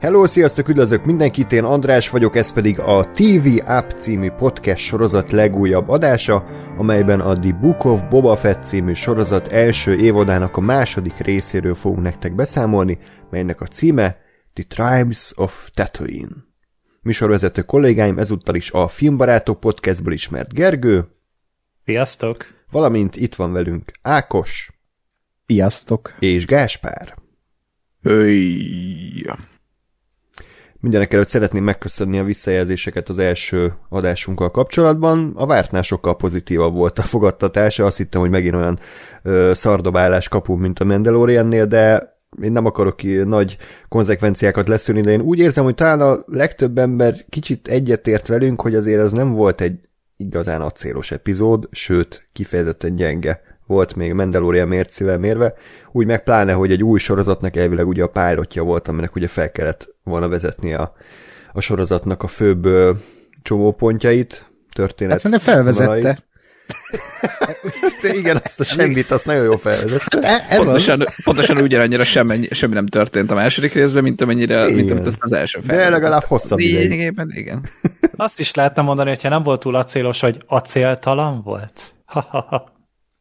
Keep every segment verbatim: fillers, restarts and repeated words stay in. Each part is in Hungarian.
Hello, sziasztok, üdvözlök mindenkit, én András vagyok, ez pedig a té vé App című podcast sorozat legújabb adása, amelyben a The Book of Boba Fett című sorozat első évadának a második részéről fogunk nektek beszámolni, melynek a címe The Tribes of Tatooine. Műsorvezető kollégáim ezúttal is a Filmbarátok podcastből ismert Gergő. Sziasztok! Valamint itt van velünk Ákos. Sziasztok! És Gáspár. Öjjjjj! Mindenek előtt szeretném megköszönni a visszajelzéseket az első adásunkkal kapcsolatban. A vártnál sokkal pozitívabb volt a fogadtatása, azt hittem, hogy megint olyan ö, szardobálás kapunk, mint a Mandaloriannél, de én nem akarok ki nagy konzekvenciákat leszűrni, de én úgy érzem, hogy talán a legtöbb ember kicsit egyetért velünk, hogy azért ez nem volt egy igazán acélos epizód, sőt, kifejezetten gyenge volt még Mandalorian mércével mérve, úgy meg pláne, hogy egy új sorozatnak elvileg ugye a pilotja volt, aminek ugye fel kellett volna vezetni a, a sorozatnak a főbb ö, csomópontjait, történet. Hát szerintem felvezette. Igen, azt a semmit, azt nagyon jól felvezette. Hát ez pontosan, pontosan ugyanannyira semmi, semmi nem történt a második részben, mint amennyire, mint amit az első felvezett. De legalább hosszabb ideig. Igen, igen. Azt is lehetne mondani, hogyha nem volt túl acélos, hogy acéltalan volt. Ha-ha-ha.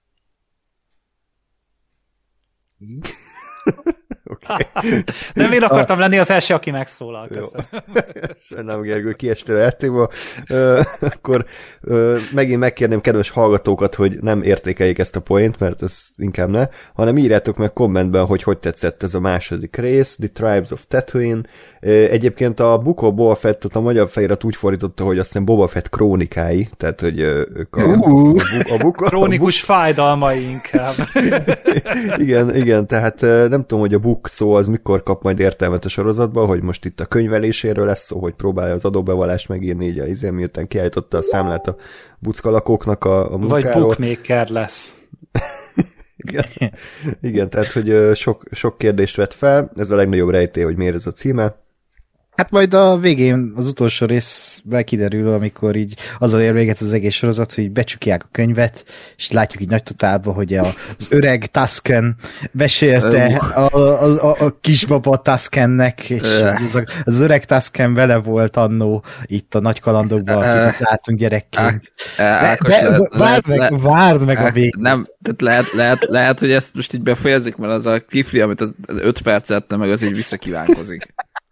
Okay. Nem én akartam lenni az első, aki megszólal. Köszönöm. Sajnálom, Gergő, kiestél a játékból. Akkor ö, megint megkérném kedves hallgatókat, hogy nem értékeljék ezt a point, mert ez inkább ne, hanem írjátok meg kommentben, hogy hogy tetszett ez a második rész, The Tribes of Tatooine. Egyébként a Book of Boba Fettet a magyar felirat úgy fordította, hogy azt hiszem Boba Fett krónikái, tehát hogy ők a, uh, a, a, a krónikus fájdalmai inkább. igen, igen, tehát nem tudom, hogy a book szó az mikor kap majd értelmet a sorozatban, hogy most itt a könyveléséről lesz szó, hogy próbálja az adóbevallást megírni így a izé, miután kiállította a számlát a buckalakóknak a, a munkáról. Vagy bookmaker lesz. Igen. Igen, tehát hogy sok, sok kérdést vett fel, ez a legnagyobb rejtély, hogy miért ez a címe. Hát majd a végén, az utolsó részben kiderül, amikor így azzal ér véget az egész sorozat, hogy becsukják a könyvet, és látjuk így nagy totálban, hogy a, az öreg Tusken mesélte a, a, a, a kisbaba Tuskennek, és az, az öreg Tusken vele volt annó itt a nagy kalandokban, akit látunk gyerekként. Várd meg, várd meg a végén. Nem, tehát lehet, lehet, lehet, hogy ezt most így befejezik, mert az a kifli, amit az öt percet, meg az így visszakívánkozik.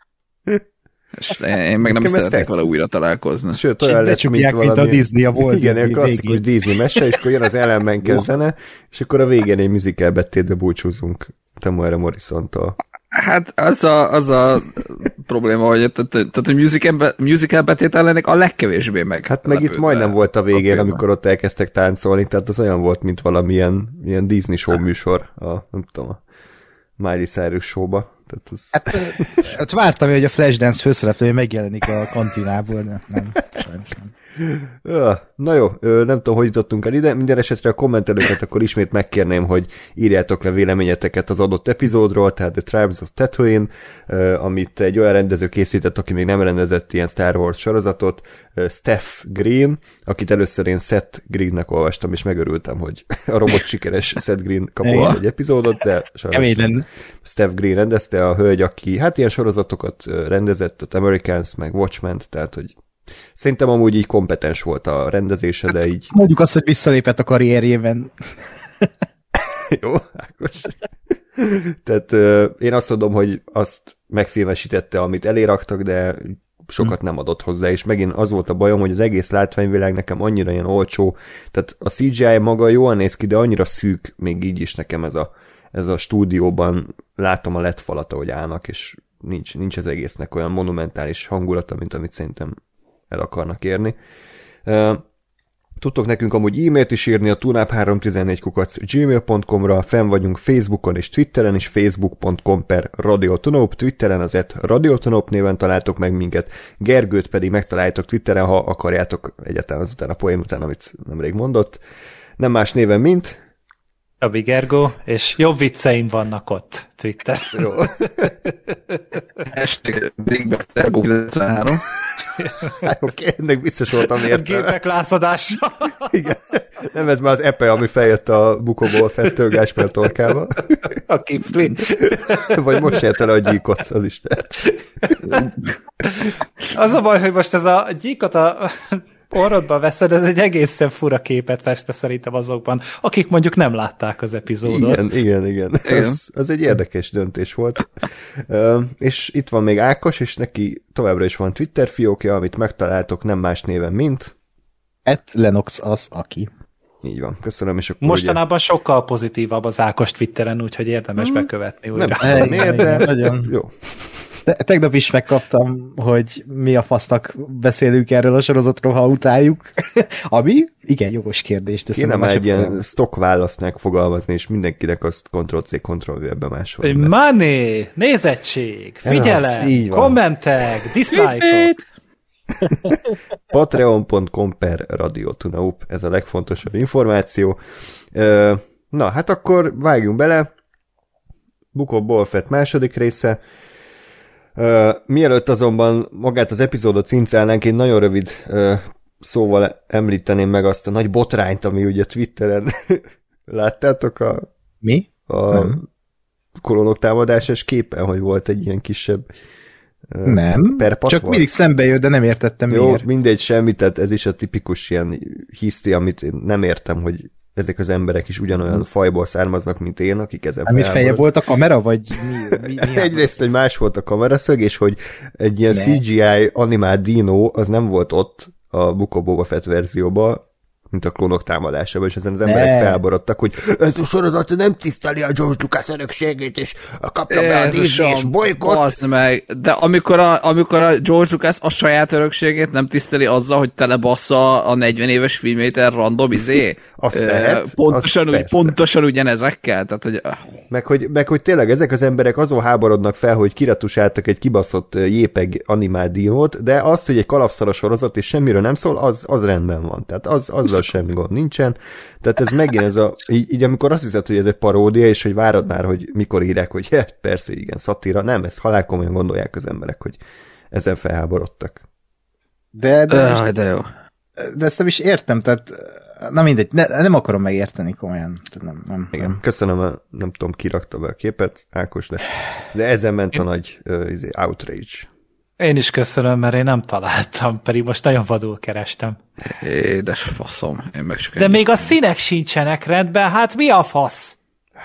És én meg nem is szeretnék vele újra találkozni. Sőt, olyan lesz, mint valami... mint a Disney, a Walt igen, Disney a klasszikus Disney mese, és akkor jön az Ellenmenken zene, és akkor a végén egy musical betétbe búcsúzunk Temuera Morrison-tól. Hát az a, az a probléma, hogy, tehát, hogy musical, musical betétel lennék a legkevésbé meg. Hát meg itt majdnem volt a végén, a amikor ott elkezdtek táncolni, tehát az olyan volt, mint valamilyen ilyen Disney show műsor, a, nem tudom, a Miley Cyrus showba. Tehát az... Hát, hát vártam, hogy a Flashdance főszereplője megjelenik a kantinából, de nem, sajnos nem. Na jó, nem tudom, hogy jutottunk el ide, minden esetre a kommentelőket akkor ismét megkérném, hogy írjátok le véleményeteket az adott epizódról, tehát The Tribes of Tatooine, amit egy olyan rendező készített, aki még nem rendezett ilyen Star Wars sorozatot, Steph Green, akit először én Seth Greennek olvastam, és megörültem, hogy a robot sikeres Seth Green kapott egy epizódot, de sajnos Steph Green rendezte, a hölgy, aki hát ilyen sorozatokat rendezett, az Americans, meg Watchmen, tehát hogy szerintem amúgy így kompetens volt a rendezése, de így... Mondjuk azt, hogy visszalépett a karrierjében. Jó, Ákos. Tehát euh, én azt mondom, hogy azt megfilmesítette, amit eléraktak, de sokat nem adott hozzá, és megint az volt a bajom, hogy az egész látványvilág nekem annyira ilyen olcsó, tehát a cé gé í maga jól néz ki, de annyira szűk még így is nekem ez a, ez a stúdióban, látom a led falat, ahogy állnak, és nincs, nincs az egésznek olyan monumentális hangulata, mint amit szerintem el akarnak érni. Uh, tudtok nekünk amúgy e-mailt is írni a tunap három tizennégy kukac gmail pont com-ra, fenn vagyunk Facebookon és Twitteren is, facebook pont com per radiotonop, Twitteren az et radiotonop néven találtok meg minket, Gergőt pedig megtaláljátok Twitteren, ha akarjátok egyáltalán azután a poén után, amit nemrég mondott. Nem más néven, mint... Csabi Gergó, és jobb vicceim vannak ott Twitter. Jó. Hashtag Bringbactergo kilencvenhárom. Oké, ennek biztos voltam értelme. Gépek lázadása. Igen. Nem ez már az epe, ami feljött a bukóból fettől Gásper torkába. A kifli. Vagy most nyerte le a gyíkot, az is lehet. Az a baj, hogy most ez a gyíkot a orrodba veszed, ez egy egészen fura képet feste szerintem azokban, akik mondjuk nem látták az epizódot. Igen, igen, igen. igen. Az, az egy érdekes döntés volt. uh, és itt van még Ákos, és neki továbbra is van Twitter fiókja, amit megtaláltok nem más néven, mint... Et Lenox az, aki. Így van, köszönöm. És akkor mostanában ugye... sokkal pozitívabb az Ákos Twitteren, úgyhogy érdemes hmm. bekövetni újra. Nem tudom miért, de nagyon jó. De, tegnap is megkaptam, hogy mi a fasznak beszélünk erről a sorozatról, ha utáljuk. Ami, igen, jogos kérdés. De kéne már egy ilyen stock választ megfogalmazni, és mindenkinek azt Ctrl-C, Ctrl-V-be másolni. Money, nézettség, figyelem, kommentek, dislike-ok. patreon pont com per radiotunaup, ez a legfontosabb információ. Na, hát akkor vágjunk bele. Book of Boba Fett második része. Uh, mielőtt azonban magát az epizódot cincálnánk, én nagyon rövid uh, szóval említeném meg azt a nagy botrányt, ami ugye Twitteren láttátok a, Mi? a kolonok támadásos képen, hogy volt egy ilyen kisebb uh, nem, csak volt. Mindig szembe jött, de nem értettem Jó, miért. mindegy, semmi, tehát ez is a tipikus ilyen hiszti, amit én nem értem, hogy ezek az emberek is ugyanolyan fajból származnak, mint én, akik ezen felháborod. Amit feje volt a kamera, vagy mi? mi, mi Egyrészt, hogy más volt a kameraszög, és hogy egy ilyen ne. cé gé i animált dino, az nem volt ott a Book of Boba Fett verzióban, mint a klónok támadásában, és ezen az emberek ne. felborodtak, hogy ez a sorozat nem tiszteli a George Lucas örökségét, és kapja be a Disney, és bolykott. Meg. De amikor a, amikor a George Lucas a saját örökségét nem tiszteli azzal, hogy telebassza a negyven éves filmméter random izé, azt lehet, pontosan, azt úgy, pontosan ugyanezekkel. Tehát, hogy... Meg, hogy, meg hogy tényleg ezek az emberek azon háborodnak fel, hogy kiretusáltak egy kibaszott jépeg animált dinót, de az, hogy egy kalapszaros sorozat és semmiről nem szól, az, az rendben van. Tehát az, azzal semmi gond nincsen. Tehát ez megint ez a, így, így amikor azt hiszed, hogy ez egy paródia, és hogy várod már, hogy mikor írják, hogy ja, persze, igen, szatíra. Nem, ezt halálkomolyan gondolják az emberek, hogy ezen felháborodtak. De, de, uh, de jó. De ezt nem is értem, tehát na mindegy, ne, nem akarom megérteni komolyan. Nem, nem, igen, nem. Köszönöm, a, nem tudom, ki rakta be a képet, Ákos, de, de ezen ment a nagy uh, izé, outrage. Én is köszönöm, mert én nem találtam, pedig most nagyon vadul kerestem. Édes faszom, én meg csak De még a színek sincsenek rendben, hát mi a fasz?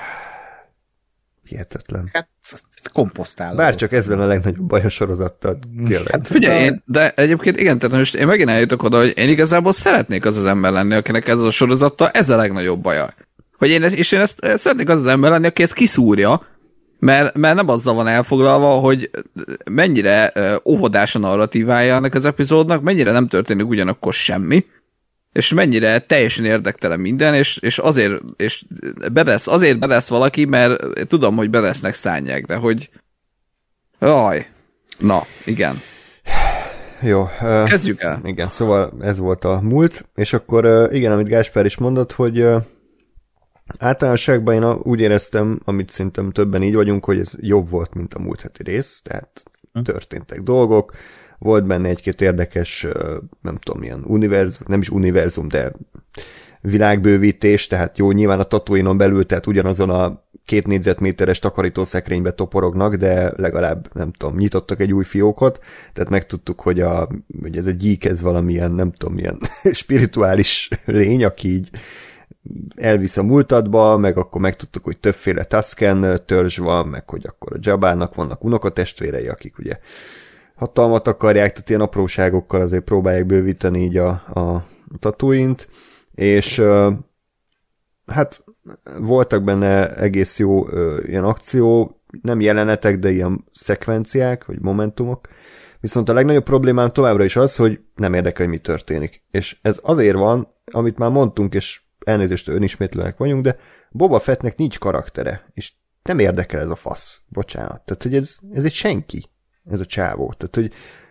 Hihetetlen. Hát komposztáló. Bárcsak ezzel a legnagyobb baj a sorozattal. Tényleg. Hát figyelj, én, de egyébként igen, tehát most én megint eljutok oda, hogy én igazából szeretnék az az ember lenni, akinek ez a sorozattal ez a legnagyobb baja. Hogy én, és én ezt szeretnék az az ember lenni, aki ezt kiszúrja, Mert, mert nem azzal van elfoglalva, hogy mennyire óvodás a narratívája ennek az epizódnak, mennyire nem történik ugyanakkor semmi, és mennyire teljesen érdektelen minden, és, és azért és bedesz, azért bedesz valaki, mert tudom, hogy bedesznek szánják, de hogy jaj, na, igen. Jó. Uh, Kezdjük el. Igen, szóval ez volt a múlt, és akkor uh, igen, amit Gáspár is mondott, hogy uh, általánosságban én úgy éreztem, amit szerintem többen így vagyunk, hogy ez jobb volt, mint a múlt heti rész, tehát hm. történtek dolgok, volt benne egy-két érdekes, nem tudom, milyen univerzum, nem is univerzum, de világbővítés, tehát jó, nyilván a Tatooine-on belül, tehát ugyanazon a két négyzetméteres takarítószekrénybe toporognak, de legalább, nem tudom, nyitottak egy új fiókot, tehát megtudtuk, hogy, a, hogy ez a gyík, ez valamilyen, nem tudom, milyen spirituális lény, aki így elvisz a múltadba, meg akkor megtudtuk, hogy többféle Tusken törzs van, meg hogy akkor a Jabának vannak unokatestvérei, akik ugye hatalmat akarják, tehát ilyen apróságokkal azért próbálják bővíteni így a, a Tatooine-t, és uh, hát voltak benne egész jó uh, ilyen akció, nem jelenetek, de ilyen szekvenciák, vagy momentumok, viszont a legnagyobb problémám továbbra is az, hogy nem érdekel, hogy mi történik. És ez azért van, amit már mondtunk, és elnézést önismétlőnek vagyunk, de Boba Fettnek nincs karaktere, és nem érdekel ez a fasz. Bocsánat. Tehát, hogy ez, ez egy senki, ez a csávó. Tehát, hogy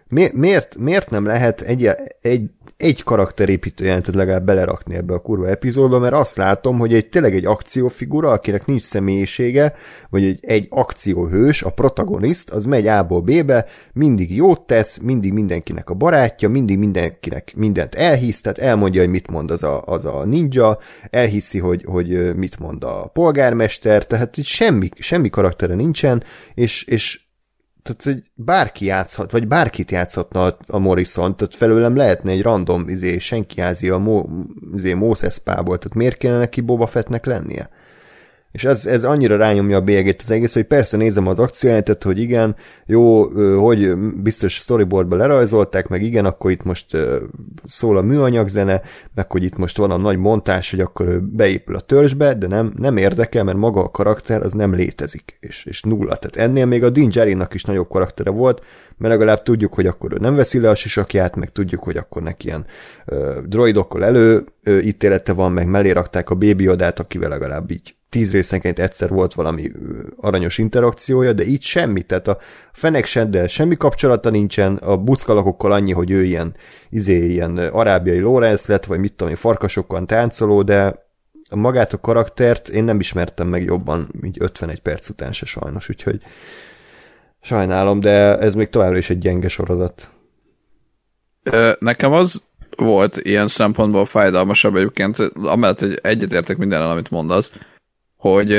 Mi, miért, miért nem lehet egy, egy, egy karakterépítő jelentet legalább belerakni ebbe a kurva epizódba, mert azt látom, hogy egy tényleg egy akciófigura, akinek nincs személyisége, vagy egy, egy akcióhős, a protagonist, az megy A-ból B-be, mindig jót tesz, mindig mindenkinek a barátja, mindig mindenkinek mindent elhisz, tehát elmondja, hogy mit mond az a, az a ninja, elhiszi, hogy, hogy mit mond a polgármester, tehát így semmi, semmi karaktere nincsen, és, és tehát, hogy bárki játszhat, vagy bárkit játszhatna a, a Morrison, tehát felőlem lehetne egy random izé, senki házi a Mo, izé, Moses Pából, tehát miért kellene neki Boba Fettnek lennie? És ez, ez annyira rányomja a bélyegét az egész, hogy persze nézem az akciójelenetet, hogy igen, jó, hogy biztos storyboardba lerajzolták, meg igen, akkor itt most szól a műanyagzene, meg hogy itt most van a nagy montás, hogy akkor ő beépül a törzsbe, de nem, nem érdekel, mert maga a karakter az nem létezik, és, és nulla. Tehát ennél még a Din Djarinnak is nagyobb karaktere volt, mert legalább tudjuk, hogy akkor ő nem veszi le a sisakját, meg tudjuk, hogy akkor neki ilyen uh, droidokkal elő uh, ítélete van, meg mellé rakták a Baby Yodát, akivel legalább így tíz részenként egyszer volt valami aranyos interakciója, de így semmi, tehát a Fennec Shaddel semmi kapcsolata nincsen, a buckalakokkal annyi, hogy ő ilyen, izé, ilyen arábiai Lawrence lett, vagy mit tudom, farkasokkal táncoló, de magát a karaktert én nem ismertem meg jobban, így ötvenegy perc után se sajnos, úgyhogy sajnálom, de ez még továbbra is egy gyenge sorozat. Nekem az volt ilyen szempontból fájdalmasabb egyébként, amellett, hogy egyetértek mindennel, amit mondasz, hogy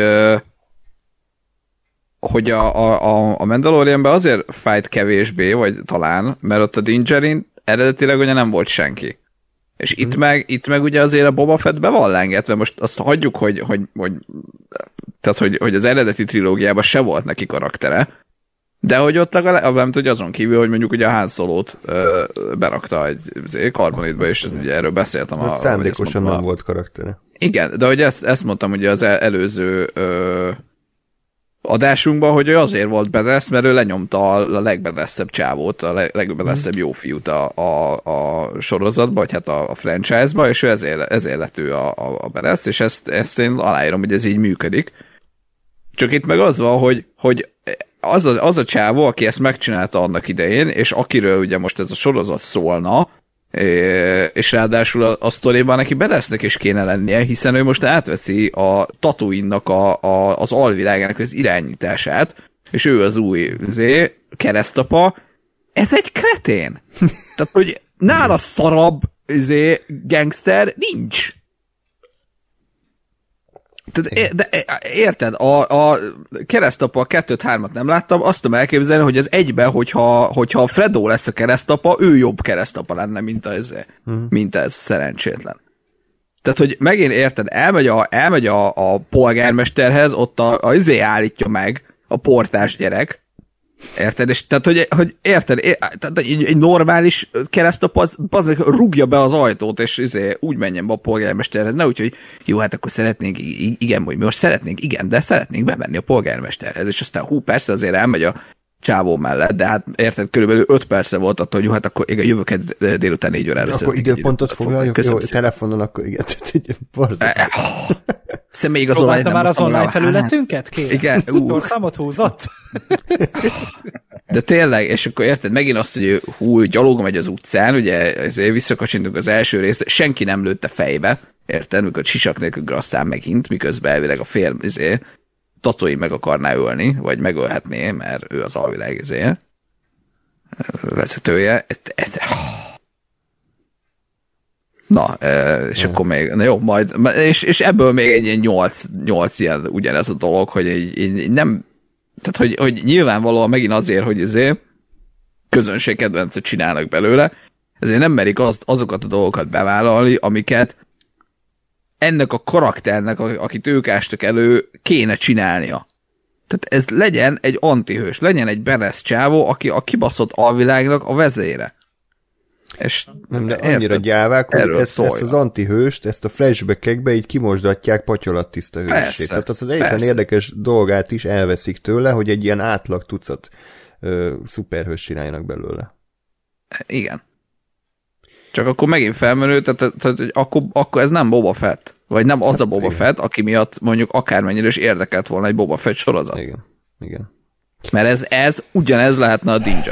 hogy a, a, a Mandalorianben azért fájt kevésbé, vagy talán, mert ott a Din Djarin eredetileg ugye nem volt senki. És hmm. itt, meg, itt meg ugye azért a Boba Fett be van lengetve, most azt hagyjuk, hogy, hogy, hogy, tehát, hogy, hogy az eredeti trilógiában se volt neki karaktere, de hogy ott legalább, nem tudja azon kívül, hogy mondjuk ugye a Han Solót ö, berakta egy karbonitba, és ugye erről beszéltem. A, szándékosan nem a... volt karaktere. Igen, de hogy ezt, ezt mondtam ugye az előző ö, adásunkban, hogy ő azért volt bedesz, mert ő lenyomta a legbedeszebb csávót, a legbedeszebb jó fiút a, a, a sorozatba, vagy hát a, a franchise-ba, és ő ezért, ezért lett ő a, a, a bedesz, és ezt, ezt én aláírom, hogy ez így működik. Csak itt meg az van, hogy, hogy az, a, az a csávó, aki ezt megcsinálta annak idején, és akiről ugye most ez a sorozat szólna, és ráadásul a, a sztoriban neki bedesznek is kéne lennie, hiszen ő most átveszi a Tatooine-nak a, a, az alvilágának az irányítását, és ő az új zé, keresztapa. Ez egy kretén. Tehát, hogy nála szarabb zé, gangster nincs. Tehát, de érted, a, a keresztapa a kettőt, hármat nem láttam, azt tudom elképzelni, hogy az egyben, hogyha, hogyha Fredo lesz a keresztapa, ő jobb keresztapa lenne, mint ez, uh-huh. mint ez szerencsétlen. Tehát, hogy megint érted, elmegy a, elmegy a, a polgármesterhez, ott a, a izé állítja meg a portás gyerek, érted? És tehát, hogy, hogy érted, é, tehát egy, egy normális keresztapa az, az meg rúgja be az ajtót, és izé, úgy menjen be a polgármesterhez, ne úgy, hogy jó, hát akkor szeretnénk, igen, hogy mi most szeretnénk, igen, de szeretnénk bemenni a polgármesterhez, és aztán hú, persze azért elmegy a csávó mellett, de hát érted, körülbelül öt percre volt attól, hogy jó, hát akkor igen, jövök egy délután négy órára. Akkor időpontot foglaljuk, jó, telefonon, akkor igen, személyigazolvány már az online felületünket, kérem? Igen, ú. Számot húzott? De tényleg, és akkor érted, megint azt, hogy hú, gyalog megy az utcán, ugye ezért visszakacsintunk az első részt, senki nem lőtte fejbe, érted, mikor sisak nélkül grasszál megint, miközben elvileg a fél ezért, Tatooine meg akarná ölni, vagy megölhetné, mert ő az alvilág ezért vezetője. Na, és akkor még, na jó, majd, és, és ebből még egy ilyen nyolc, nyolc ilyen ugyanez a dolog, hogy egy, egy nem, tehát hogy, hogy nyilvánvalóan megint azért, hogy ezért közönségkedvencet csinálnak belőle, ezért nem merik azt, azokat a dolgokat bevállalni, amiket ennek a karakternek, akit ők ástak elő, kéne csinálnia. Tehát ez legyen egy antihős, legyen egy beresz csávó, aki a kibaszott alvilágnak a vezére. És nem, de annyira gyávák, hogy ezt, ezt az antihőst, ezt a flashbackekbe így kimosdatják patyolat tiszta hőssé. Tehát az az egyetlen érdekes dolgát is elveszik tőle, hogy egy ilyen átlag tucat ö, szuperhős csináljanak belőle. Igen. Csak akkor megint felmerül, tehát, tehát akkor, akkor ez nem Boba Fett. Vagy nem az hát, a Boba igen. Fett, aki miatt mondjuk akármennyire is érdekelt volna egy Boba Fett sorozat. Igen, igen. Mert ez, ez ugyanez lehetne a Din Djarin.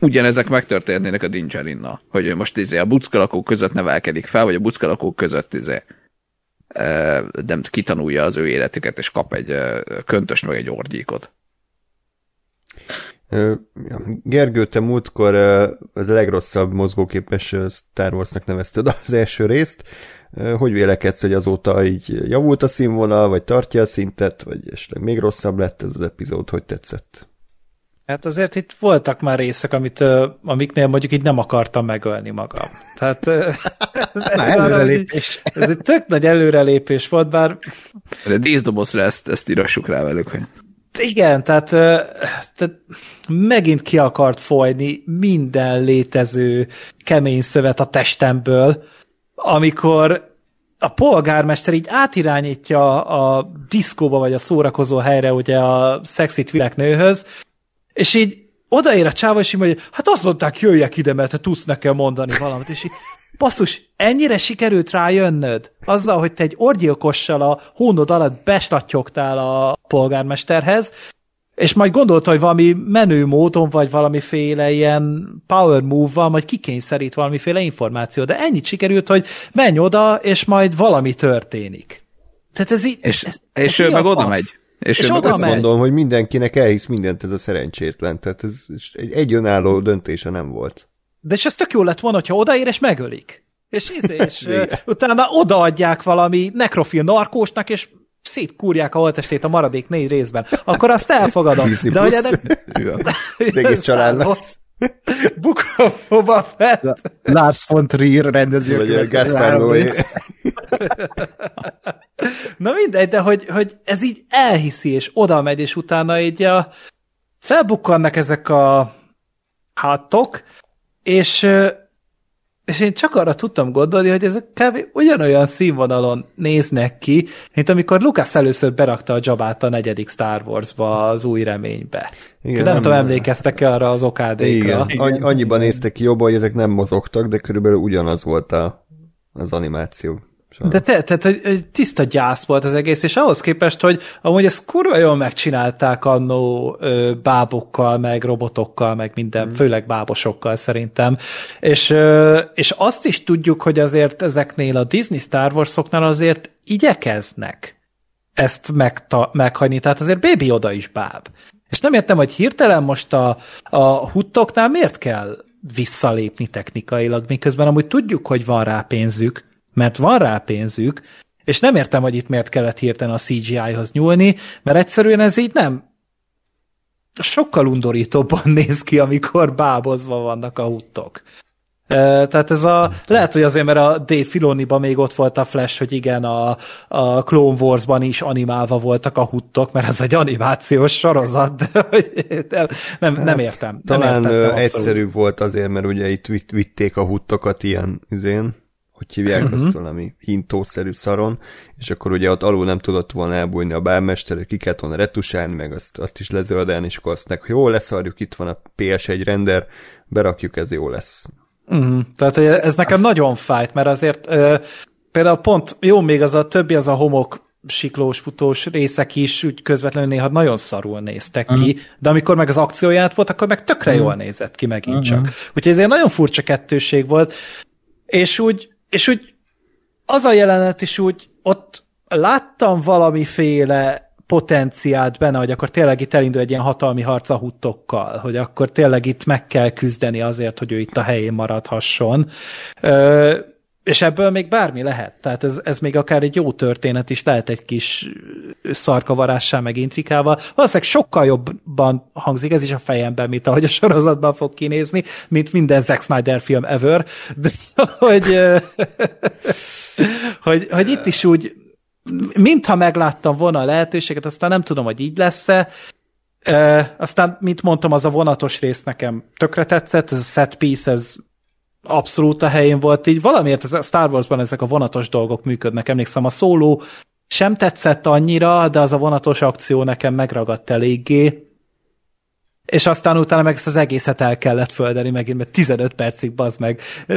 ugyanezek megtörténnének a Din Djarinnal, hogy ő most izé a buckalakók között nevelkedik fel, vagy a buckalakók között izé nem kitanulja az ő életüket, és kap egy köntöst, vagy egy orgyíkot. Gergő, te múltkor az a legrosszabb mozgóképes Star Warsnak nevezted az első részt. Hogy vélekedsz, hogy azóta így javult a színvonal, vagy tartja a szintet, vagy esetleg még rosszabb lett ez az epizód? Hogy tetszett? Hát azért itt voltak már részek, amit, amiknél mondjuk így nem akartam megölni magam. Tehát ez, ez, előrelépés. ez egy tök nagy előrelépés volt, bár... De díszdobozra ezt, ezt írassuk rá velük, hogy... Igen, tehát, tehát megint ki akart folyni minden létező kemény szövet a testemből, amikor a polgármester így átirányítja a diszkóba, vagy a szórakozó helyre ugye a szexi tvilek nőhöz, és így odaér a csáva, és így mondja, hát azt mondták, jöjjek ide, mert te tudsz nekem mondani valamit, és így, basszus, ennyire sikerült rájönnöd azzal, hogy te egy orgyilkossal a hónod alatt beslattyogtál a polgármesterhez, és majd gondolta, hogy valami menő módon, vagy valamiféle ilyen power move-val, majd kikényszerít valamiféle információ, de ennyit sikerült, hogy menj oda, és majd valami történik. Tehát ez így... És, ez, és ez ő meg oda megy. És, és oda azt megy. Mondom, hogy mindenkinek elhisz mindent ez a szerencsétlen, tehát ez egy, egy önálló döntése nem volt. De és ez tök jó lett volna, hogyha odaér és megölik. És, íz, és utána odaadják valami nekrofil narkósnak, és szétkúrják a holttestét a maradék négy részben. Akkor azt elfogadom. Disney de ugye nem... egész családnak. Book of Boba Fett. Lars von Trier rendező. Vagy Gaspar Noé. Na mindegy, de hogy, hogy ez így elhiszi, és oda megy, és utána így a... felbukkannak ezek a hátok, és, és én csak arra tudtam gondolni, hogy ezek kb. Ugyanolyan színvonalon néznek ki, mint amikor Lucas először berakta a Jabát a negyedik Star Warsba, az új reménybe. Igen, nem, nem tudom, emlékeztek-e arra az okádékra? Igen, annyiban néztek ki jobban, hogy ezek nem mozogtak, de körülbelül ugyanaz volt a, az animáció. De te, tehát egy tiszta gyász volt az egész, és ahhoz képest, hogy amúgy ezt kurva jól megcsinálták annó ö, bábokkal, meg robotokkal, meg minden, mm. főleg bábosokkal szerintem. És, ö, és azt is tudjuk, hogy azért ezeknél a Disney Star Wars-oknál azért igyekeznek ezt megta- meghagyni, tehát azért Baby Yoda is báb. És nem értem, hogy hirtelen most a, a huttoknál miért kell visszalépni technikailag, miközben amúgy tudjuk, hogy van rá pénzük, mert van rá pénzük, és nem értem, hogy itt miért kellett hirtelen a cé gé í-hoz nyúlni, mert egyszerűen ez így nem sokkal undorítóbban néz ki, amikor bábozva vannak a huttok. E, tehát ez a, lehet, hogy azért, mert a Dave Filoniban még ott volt a Flash, hogy igen, a, a Clone Warsban is animálva voltak a huttok, mert ez egy animációs sorozat, de hogy nem, nem, nem értem. Nem talán értettem, egyszerűbb volt azért, mert ugye itt vitték a huttokat ilyen üzén, hogy hívják uh-huh. azt valami hintószerű szaron, és akkor ugye ott alul nem tudott volna elbújni a bármester, ki kellett volna retusálni, meg azt, azt is lezöldelni, és akkor azt meg, jó, leszarjuk, itt van a pé es egy render, berakjuk, ez jó lesz. Uh-huh. Tehát ez nekem nagyon fájt, mert azért uh, például pont, jó, még az a többi, az a homok siklós, futós részek is úgy közvetlenül néha nagyon szarul néztek uh-huh. ki, de amikor meg az akcióját volt, akkor meg tökre uh-huh. jól nézett ki megint uh-huh. csak. Úgyhogy ezért nagyon furcsa kettőség volt, és úgy És úgy az a jelenet is úgy, ott láttam valamiféle potenciált benne, hogy akkor tényleg itt elindul egy ilyen hatalmi harc a huttokkal, hogy akkor tényleg itt meg kell küzdeni azért, hogy ő itt a helyén maradhasson. Ö, és ebből még bármi lehet. Tehát ez, ez még akár egy jó történet is, lehet egy kis szarkavarással, meg intrikával. Valószínűleg sokkal jobban hangzik ez is a fejemben, mint ahogy a sorozatban fog kinézni, mint minden Zack Snyder film ever. De hogy, hogy, hogy itt is úgy, mintha megláttam volna a lehetőséget, aztán nem tudom, hogy így lesz-e. E, aztán, mint mondtam, az a vonatos rész nekem tökre tetszett, ez a set piece, ez abszolút a helyén volt így. Valamiért a Star Warsban ezek a vonatos dolgok működnek. Emlékszem, a szóló sem tetszett annyira, de az a vonatos akció nekem megragadt eléggé. és aztán utána meg ezt az egészet el kellett földeni megint, mert tizenöt percig bazd meg.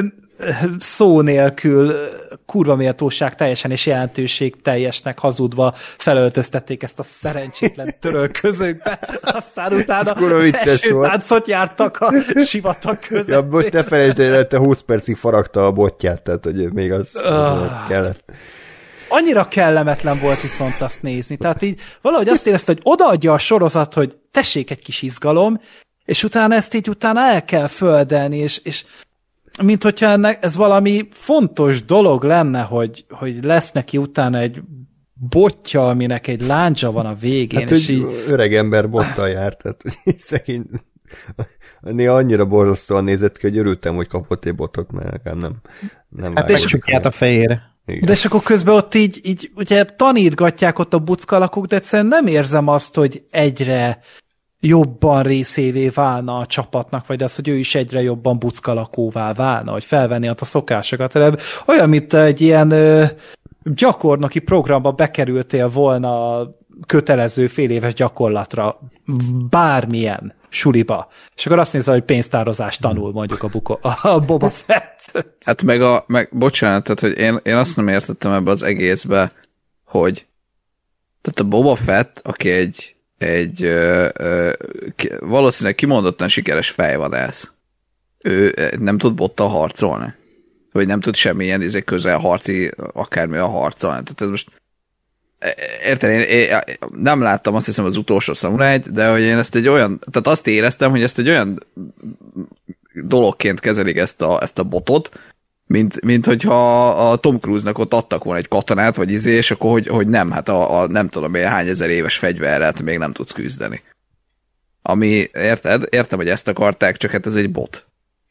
Szó nélkül, kurva méltóság teljesen és jelentőség teljesnek hazudva felöltöztették ezt a szerencsétlen törölközőkbe, aztán utána esőtáncot jártak a sivatag között. Ja, most ne felejtsd el, te húsz percig faragta a botját, tehát hogy még az, az oh. kellett. Annyira kellemetlen volt viszont azt nézni, tehát így valahogy azt érezte, hogy odaadja a sorozat, hogy tessék egy kis izgalom, és utána ezt így utána el kell földelni, és, és mint hogyha ennek ez valami fontos dolog lenne, hogy, hogy lesz neki utána egy botja, aminek egy láncsa van a végén. Hát, és hogy így... öreg ember bottal járt, tehát szegény néha annyira borzasztóan nézett ki, hogy örültem, hogy kapott egy botot, mert nekem nem, nem hát és a fejére. Igen. De és akkor közben ott így, így ugye tanítgatják ott a buckalakok, de egyszerűen nem érzem azt, hogy egyre jobban részévé válna a csapatnak, vagy az, hogy ő is egyre jobban buckalakóvá válna, hogy felvenni ott a szokásokat. Olyan, mint egy ilyen ö, gyakornoki programba bekerültél volna a kötelező fél éves gyakorlatra bármilyen suliba, és akkor azt nézve, hogy pénztározást tanul mondjuk a, buko, a Boba Fett. Hát meg a, meg, bocsánat, tehát, hogy én, én azt nem értettem ebbe az egészbe, hogy tehát a Boba Fett, aki egy, egy ö, ö, ki, valószínűleg kimondottan sikeres fejvadász, ő nem tud bottal harcolni, vagy nem tud semmilyen izé, közelharci, akármilyen harcolni. Tehát ez most érted, én, én nem láttam azt hiszem az utolsó szamurájt, de hogy én ezt egy olyan, tehát azt éreztem, hogy ezt egy olyan dologként kezelik ezt a, ezt a botot, mint, mint hogyha a Tom Cruise-nak ott adtak volna egy katonát, vagy izé, és akkor hogy, hogy nem, hát a, a nem tudom én hány ezer éves fegyverrel még nem tudsz küzdeni. Ami, érted? Értem, hogy ezt akarták, csak hát ez egy bot.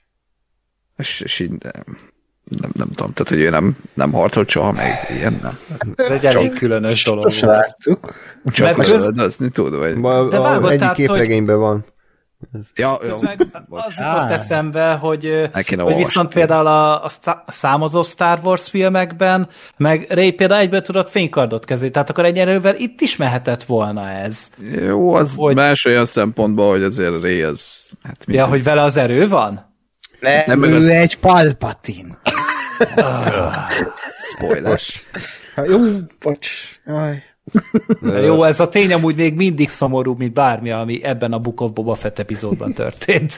És, és így nem, nem tudom, tehát hogy ő nem, nem harcolt soha meg ilyen, nem. Ez egy elég csak különös dolog volt. Láttuk. Csak az öldözni tud, vagy? Ma, de a, egyik át, képregényben hogy... van. Ja, az jutott eszembe, hogy, hogy viszont ki. például a, a, a számozó Star Wars filmekben, meg Rey például egyből tudott fénykardot kezelni, tehát akkor egyenlővel itt is mehetett volna ez. Jó, az hogy... más olyan szempontból, hogy azért Rey az... Hát ja, hogy vele az erő van? Ne, nem, ő az... egy Palpatine. Spoiler. Jó, bocs. Aj. Jó, ez a tény amúgy még mindig szomorúbb, mint bármi, ami ebben a Book of Boba Fett epizódban történt.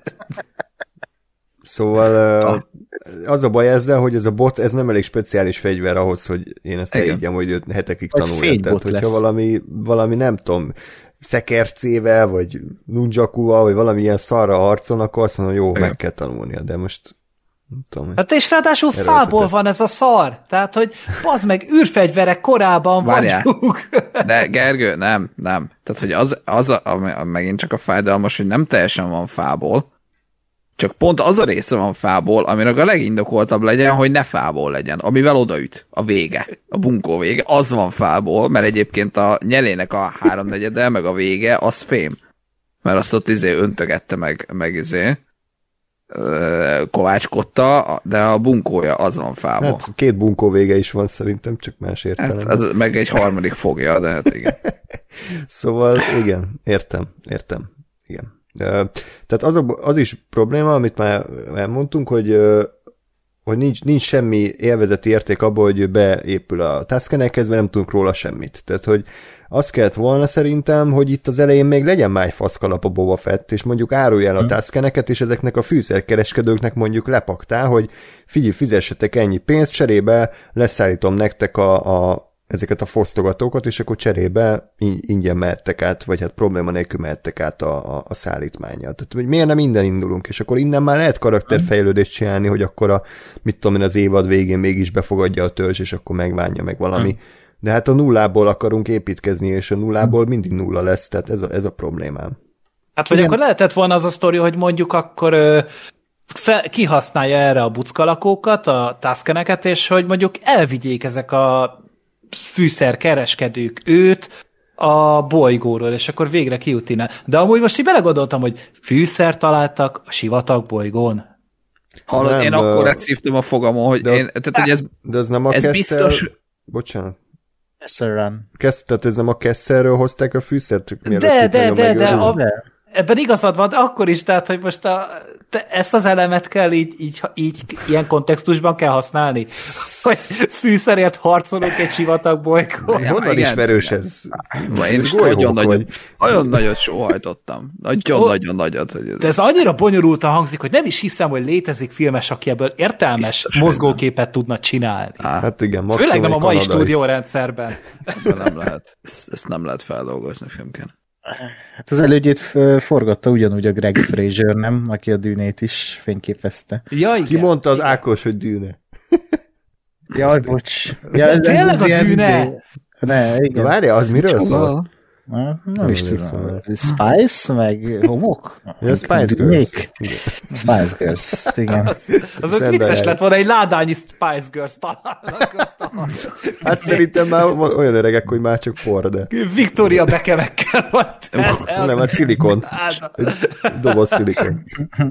Szóval az a baj ezzel, hogy ez a bot, ez nem elég speciális fegyver ahhoz, hogy én ezt elhiggyem, hogy őt hetekig tanulja. Tehát, hogyha valami, valami, nem tudom, szekercével, vagy nunjakuval, vagy valami ilyen szarra harcon, akkor azt mondom, jó, igen, meg kell tanulnia, de most nem tudom. Hát és ráadásul fából van ez a szar, tehát, hogy bazd meg, űrfegyverek korában Várjál. vagyunk. De Gergő, nem, nem. Tehát, hogy az, az a, a, a, megint csak a fájdalmas, hogy nem teljesen van fából, csak pont az a része van fából, aminek a legindokoltabb legyen, hogy ne fából legyen, amivel odaüt a vége, a bunkó vége, az van fából, mert egyébként a nyelének a háromnegyede, meg a vége, az fém. Mert azt ott izé öntögette meg, meg izé kovácskodta, de a bunkója az van fából. Hát két bunkó vége is van szerintem, csak más értelemben. Hát az meg egy harmadik fogja, de hát igen. Szóval igen, értem, értem, igen. Tehát az, a, az is probléma, amit már elmondtunk, hogy, hogy nincs, nincs semmi élvezeti érték abban, hogy ő beépül a Tuskenekhez, mert nem tudunk róla semmit. Tehát, hogy az kellett volna szerintem, hogy itt az elején még legyen májfaszkalap a Boba Fett, és mondjuk árulj el a Tuskeneket, és ezeknek a fűszerkereskedőknek mondjuk lepaktál, hogy figyelj, fizessetek ennyi pénzt, cserébe leszállítom nektek a, a ezeket a fosztogatókat, és akkor cserébe ingyen mehettek át, vagy hát probléma nélkül mehettek át a, a, a szállítmánnyal. Tehát, hogy miért nem innen indulunk, és akkor innen már lehet karakterfejlődést csinálni, hogy akkor a, mit tudom én, az évad végén mégis befogadja a törzs, és akkor megvánja meg valami. De hát a nullából akarunk építkezni, és a nullából mindig nulla lesz, tehát ez a, ez a problémám. Hát vagy igen, akkor lehetett volna az a sztori, hogy mondjuk akkor ö, fel, kihasználja erre a buckalakókat, a Tuskeneket, és hogy mondjuk elvigyék ezek a fűszerkereskedők őt a bolygóról, és akkor végre kijut innen. De amúgy most így belegondoltam, hogy fűszer találtak a sivatag bolygón. Hallod, nem, én akkor átszívtam a fogamon, hogy de, én, tehát, hogy ez, de ez nem a ez Kessel, biztos... Bocsánat. Kesselren. Kess, tehát ez nem a Kesselről hozták a fűszert? De, de, de, de, a, ebben igazad van, de akkor is, tehát, hogy most a, te ezt az elemet kell így, így, így ilyen kontextusban kell használni, hogy fűszerért harcolunk egy sivatag bolygón. Honnan ismerős ez? Én is nagyon nagyot, nagyon nagyot sóhajtottam. Nagyon-nagyon nagyot. Hogy de ez annyira bonyolultan hangzik, hogy nem is hiszem, hogy létezik filmes, aki ebből értelmes biztos, mozgóképet tudna csinálni. Á, hát igen, főleg nem a mai stúdiórendszerben. Nem lehet. Ezt, ezt nem lehet feldolgozni filmként. Hát az elődjét forgatta ugyanúgy a Greg Fraser, nem? Aki a Dűnét is fényképezte. Ja, igen. Ki mondta az Ákos, hogy Dűne? Jaj, bocs. Ja, ez tényleg a Dűne? Ne, igen. De várja, az miről szól? Nem, nem is tudom. Spice, meg homok? Ja, Spice Girls. Spice Girls, igen. Az, az ott vicces lett volna, egy ládányi Spice Girls találnak. Hát szerintem már olyan öregek, hogy már csak por, de... Victoria Beckhamekkel volt. Nem, hát szilikon. Egy doboz szilikon.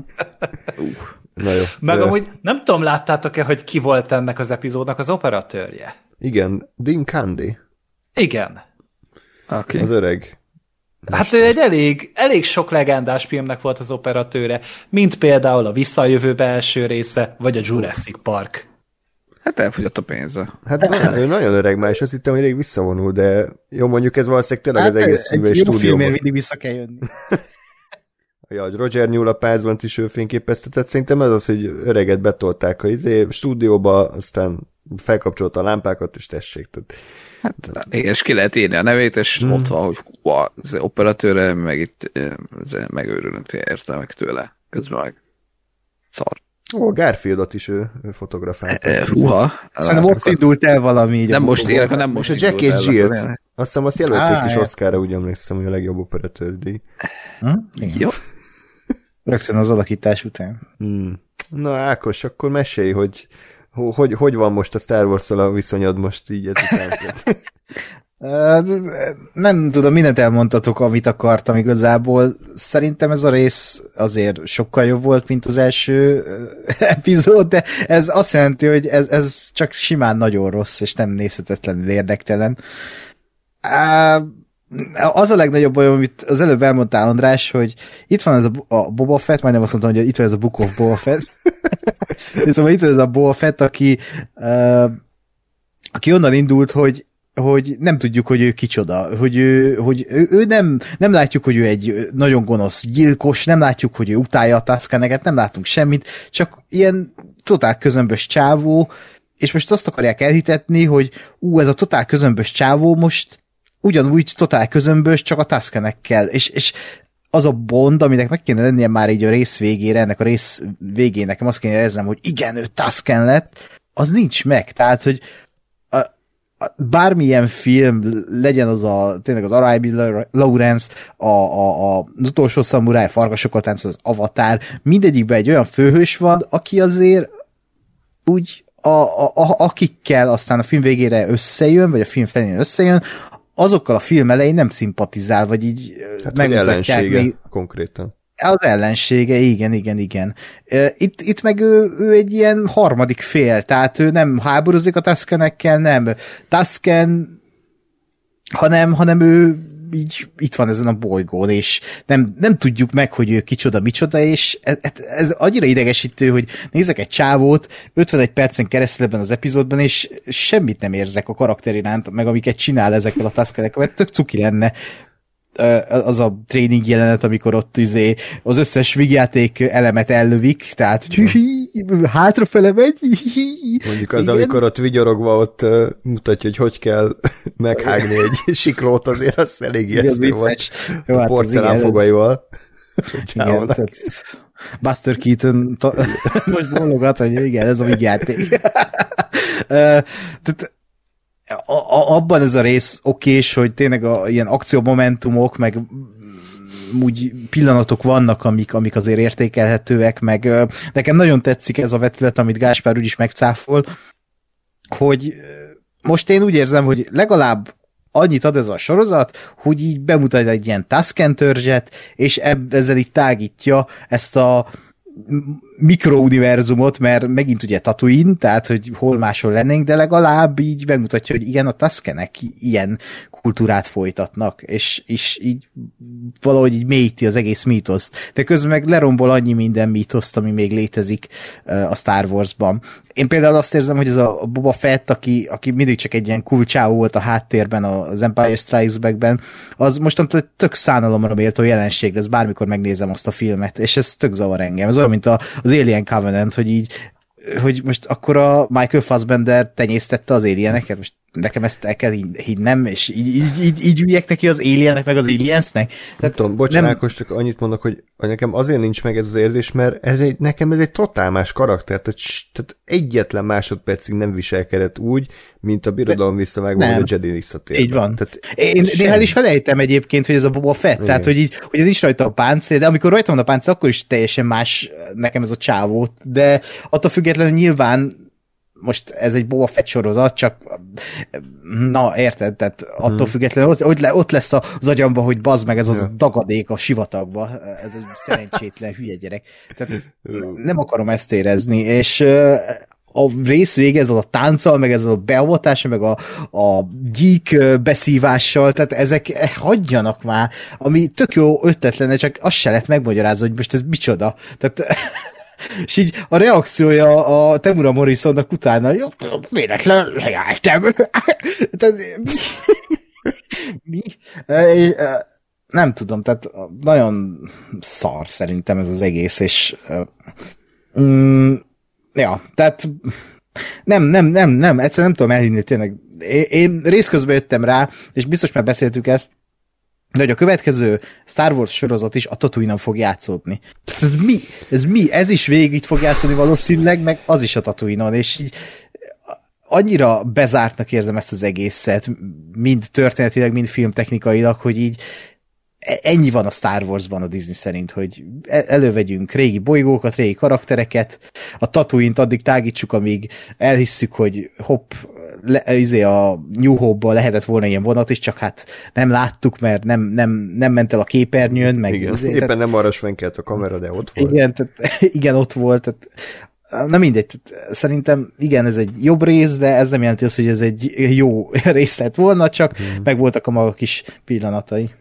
Na jó. Meg amúgy nem tudom, láttátok-e, hogy ki volt ennek az epizódnak az operatőrje? Igen, Dean Candy. Igen. Okay. Az öreg. Hát ő egy elég, elég sok legendás filmnek volt az operatőre, mint például a Vissza a jövőbe első része, vagy a Jurassic Park. Hát elfogyott a pénze. Hát nagyon, ő nagyon öreg már, és azt hittem, hogy elég visszavonul, de jó, mondjuk ez valószínűleg tényleg hát az egész filmben és stúdióban. Egy jó filmért mindig vissza kell jönni. Ja, hogy Roger Newell a Pázban is ő fényképezte, tehát szerintem ez az, hogy öreget betolták a izé, stúdióba, aztán felkapcsolta a lámpákat, és tessék. Tehát... Hát, és ki lehet írni a nevét, és hmm. ott van, hogy hú, az operatőre, meg itt megőrülünk értelmek tőle. Közben meg szar. Ó, Garfieldot is ő, ő fotografálta. E, húha. Szerintem ott indult el valami. Így nem most élek, nem most és a Jack és Jill-t. Azt hiszem azt jelölték ah, is Oscarra, úgy emlékszem, hogy a legjobb operatőrdíj. Hm? Jó. Rögtön az alakítás után. Hmm. Na Ákos, akkor mesélj, hogy Hogy, hogy van most a Star Wars-szal a viszonyod most így ezután? Nem tudom, mindent elmondtatok, amit akartam igazából. Szerintem ez a rész azért sokkal jobb volt, mint az első epizód, de ez azt jelenti, hogy ez, ez csak simán nagyon rossz, és nem nézhetetlenül érdektelen. Az a legnagyobb bajom, amit az előbb elmondtál, András, hogy itt van ez a, a Boba Fett, majdnem azt mondtam, hogy itt van ez a Book of Boba Fett. Szóval itt van ez a Boba Fett, aki, uh, aki onnan indult, hogy, hogy nem tudjuk, hogy ő kicsoda, hogy ő, hogy ő, ő nem, nem látjuk, hogy ő egy nagyon gonosz gyilkos, nem látjuk, hogy ő utálja a Tuskeneket, nem látunk semmit, csak ilyen totál közömbös csávó, és most azt akarják elhitetni, hogy ú, ez a totál közömbös csávó most ugyanúgy totál közömbös, csak a Tuskenekkel, és, és az a Bond, aminek meg kéne lennie már így a rész végére, ennek a rész végén nekem azt kéne érezzem, hogy igen, ő Tusken lett, az nincs meg, tehát, hogy a, a, bármilyen film legyen az a, tényleg az R I Lawrence, a, a, a, az utolsó szamuráj, Farkasokat táncol, az Avatar, mindegyikben egy olyan főhős van, aki azért úgy a, a, a, akikkel aztán a film végére összejön, vagy a film felén összejön, azokkal a film elején nem szimpatizál, vagy így hát megmutatják. Még... konkrétan. Az ellensége, igen, igen, igen. Itt, itt meg ő, ő egy ilyen harmadik fél, tehát ő nem háborúzik a Tuskenekkel, nem Tusken, hanem, hanem ő így itt van ezen a bolygón, és nem, nem tudjuk meg, hogy ő kicsoda, micsoda, és ez, ez annyira idegesítő, hogy nézek egy csávót ötvenegy percen keresztül ebben az epizódban, és semmit nem érzek a karakter iránt, meg amiket csinál ezekkel a Tuskenekkel, mert tök cuki lenne az a tréning jelenet, amikor ott izé az összes vígjáték elemet ellövik, tehát hátrafele megy. Mondjuk az, igen. Amikor ott vigyorogva ott uh, mutatja, hogy hogy kell meghágni egy siklót, azért az elég ijesztő volt. Jó, a porcelánfogaival. Igen, tehát Buster Keaton most bólogat, hogy igen, ez a vígjáték. Tehát A, a, abban ez a rész okés, hogy tényleg a, ilyen akciómomentumok, meg úgy pillanatok vannak, amik, amik azért értékelhetőek, meg ö, nekem nagyon tetszik ez a vetület, amit Gáspár úgyis megcáfol, hogy most én úgy érzem, hogy legalább annyit ad ez a sorozat, hogy így bemutat egy ilyen Tusken törzset, és ebb, ezzel így tágítja ezt a mikrouniverzumot, mert megint ugye Tatooine, tehát hogy hol máshol lennénk, de legalább így megmutatja, hogy igen, a Tuskenek ilyen kultúrát folytatnak, és, és így valahogy így mélyíti az egész mítoszt. De közben meg lerombol annyi minden mítoszt, ami még létezik a Star Warsban. Én például azt érzem, hogy ez a Boba Fett, aki, aki mindig csak egy ilyen cool csáó volt a háttérben az Empire Strikes Back-ben, az mostantól tök szánalomra méltó jelenség lesz, bármikor megnézem azt a filmet, és ez tök zavar engem. Ez olyan, mint a, az Alien Covenant, hogy így hogy most akkor a Michael Fassbender tenyésztette az alieneket, most nekem ezt el kell hinnem, és így, így, így, így üljek neki az alienek, meg az aliensnek. Nem tudom, bocsánat, nem... csak annyit mondok, hogy nekem azért nincs meg ez az érzés, mert ez egy, nekem ez egy totál más karakter, tehát, tehát egyetlen másodpercig nem viselkedett úgy, mint a birodalom visszavágva, vagy a Jedi visszatér. Így van. Tehát én néha is felejtem egyébként, hogy ez a Boba Fett, igen. Tehát hogy így, hogy ez nincs rajta a páncél, de amikor rajta van a páncél, akkor is teljesen más nekem ez a csávó, de attól függetlenül nyilván most ez egy Boba Fett sorozat, csak na, érted, tehát attól hmm. függetlenül ott, ott, ott lesz az agyamba, hogy bazd meg ez az ja. dagadék a sivatagba, ez egy szerencsétlen hülye gyerek. Tehát nem akarom ezt érezni, és a rész vége ezzel a tánccal, meg ezzel a beavatással, meg a, a geek beszívással, tehát ezek hagyjanak már, ami tök jó ötlet lenne, csak azt se lehet megmagyarázni, hogy most ez micsoda. Tehát és így a reakciója a Temuera Morrisonnak utána, jó, véletlen leálltam. mi? mi? Nem tudom, tehát nagyon szar szerintem ez az egész, és mm, ja, tehát nem, nem, nem, nem, egyszerűen nem tudom elhinni, tényleg. Én, én részközben jöttem rá, és biztos már beszéltük ezt, de hogy a következő Star Wars sorozat is a Tatooine-on fog játszódni. Ez mi? Ez mi? Ez is végig fog játszódni valószínűleg, meg az is a Tatooine-on, és így annyira bezártnak érzem ezt az egészet, mind történetileg, mind filmtechnikailag, hogy így ennyi van a Star Warsban a Disney szerint, hogy elővegyünk régi bolygókat, régi karaktereket, a Tatooine-t addig tágítsuk, amíg elhisszük, hogy hopp, le, izé a New Hope-ban lehetett volna ilyen vonat is, csak hát nem láttuk, mert nem, nem, nem ment el a képernyőn, meg igen, izé, éppen tehát, nem arra svenkelt a kamera, de ott volt. Igen, tehát, igen ott volt, tehát, na mindegy, szerintem igen, ez egy jobb rész, de ez nem jelenti azt, hogy ez egy jó rész lett volna, csak hmm. meg voltak a maga kis pillanatai.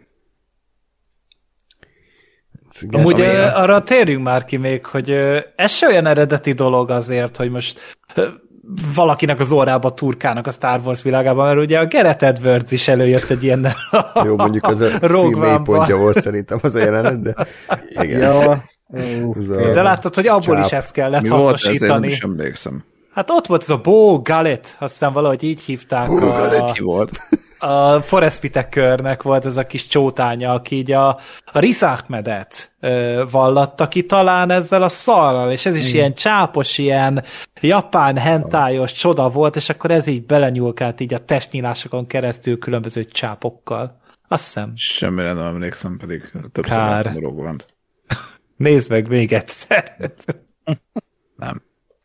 Igen, amúgy ami... arra térjünk már ki még, hogy ez se olyan eredeti dolog azért, hogy most valakinek az orrába turkálnak a Star Wars világában, mert ugye a Gareth Edwards is előjött egy ilyennel. Jó, mondjuk az a film mélypontja volt szerintem az a jelenet, de igen. Ja. De láttad, hogy abból Csáp. is ezt kellett mi hasznosítani. Volt ez, én is emlékszem. Hát ott volt ez a Bo Gullet, aztán valahogy így hívták. Bo a... ki volt? A Forrest Whitakernnek volt ez a kis csótánya, aki így a, a Riz Ahmedet ö, vallatta ki talán ezzel a szarral, és ez is mm. ilyen csápos, ilyen japán hentályos csoda volt, és akkor ez így belenyúlkált így a testnyílásokon keresztül különböző csápokkal. Azt hiszem. Semmire nem emlékszem, pedig többször láttam a Rogue One-t. Nézd meg még egyszer. Nem.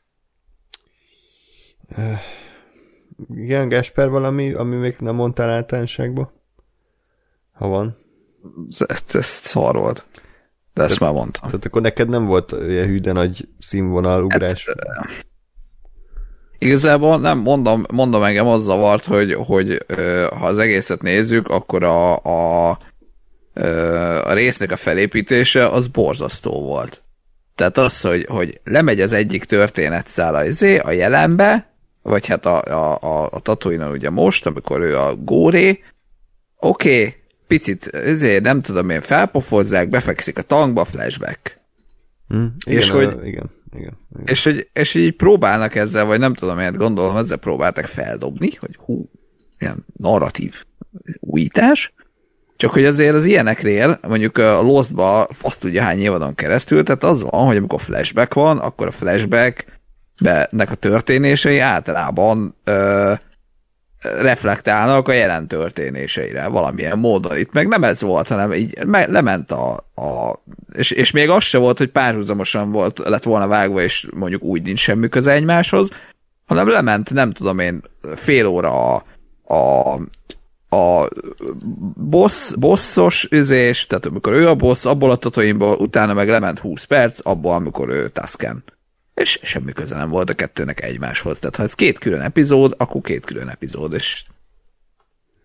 Igen, Gáspár, valami, ami még nem mondtál általánosságban? Ha van. Ez, ez szar volt. De ezt tehát, már mondtam. Tehát akkor neked nem volt ilyen hű, de nagy színvonalugrás? Hát, igazából nem, mondom, mondom engem az zavart, hogy, hogy ha az egészet nézzük, akkor a, a, a résznek a felépítése az borzasztó volt. Tehát az, hogy, hogy lemegy az egyik történetszál a, a jelenbe, vagy hát a, a, a, a Tatooine-on ugye most, amikor ő a Góré, oké, okay, picit, ezért nem tudom én, felpofozzák, befekszik a tankba, flashback. Hmm, igen, és, hogy, igen, igen, igen. És, hogy, és így próbálnak ezzel, vagy nem tudom én, gondolom, ezzel próbáltak feldobni, hogy hú, ilyen narratív újítás, csak hogy azért az ilyeneknél, mondjuk a Lost-ba azt tudja hány évadon keresztül, tehát az van, hogy amikor flashback van, akkor a flashback nek a történései általában ö, reflektálnak a jelen történéseire valamilyen módon. Itt meg nem ez volt, hanem így me, lement a... a és, és még az se volt, hogy párhuzamosan volt, lett volna vágva, és mondjuk úgy nincs semmi köze egymáshoz, hanem lement, nem tudom én, fél óra a, a, a boss, bosszos üzés, tehát amikor ő a boss, abból a Tatooine-ból, utána meg lement húsz perc, abból, amikor ő Tusken. És semmi köze nem volt a kettőnek egymáshoz. Tehát ha ez két külön epizód, akkor két külön epizód, és na,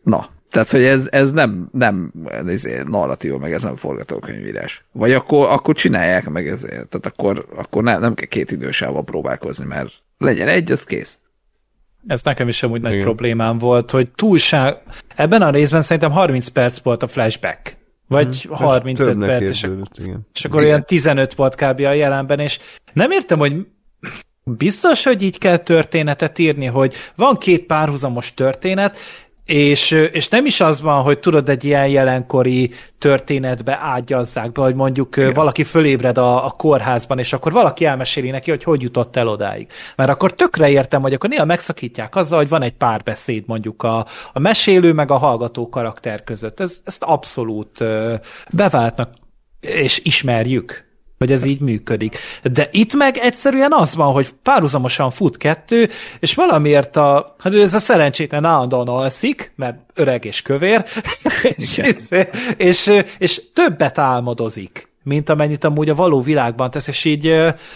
Tehát, hogy ez, ez nem, nem ez narratíva, meg ez nem forgatókönyvírás. Vagy akkor, akkor csinálják meg ezért. Tehát akkor, akkor nem, nem kell két idősával próbálkozni, mert legyen egy, az kész. Ez nekem is amúgy nagy problémám volt, hogy túlság... Ebben a részben szerintem harminc perc volt a flashback. Vagy hmm, harmincöt perc, és, és akkor igen. Olyan tizenöt volt kb. A jelenben, és nem értem, hogy biztos, hogy így kell történetet írni, hogy van két párhuzamos történet, és, és nem is az van, hogy tudod, egy ilyen jelenkori történetbe ágyazzák be, hogy mondjuk igen. Valaki fölébred a, a kórházban, és akkor valaki elmeséli neki, hogy hogy jutott el odáig. Mert akkor tökre értem, hogy akkor néha megszakítják azzal, hogy van egy párbeszéd mondjuk a, a mesélő meg a hallgató karakter között. Ez, ezt abszolút uh, beváltnak, és ismerjük, hogy ez így működik. De itt meg egyszerűen az van, hogy párhuzamosan fut kettő, és valamiért a, hát ez a szerencsétlen állandóan alszik, mert öreg és kövér, és, és, és többet álmodozik, mint amennyit amúgy a való világban tesz, és így,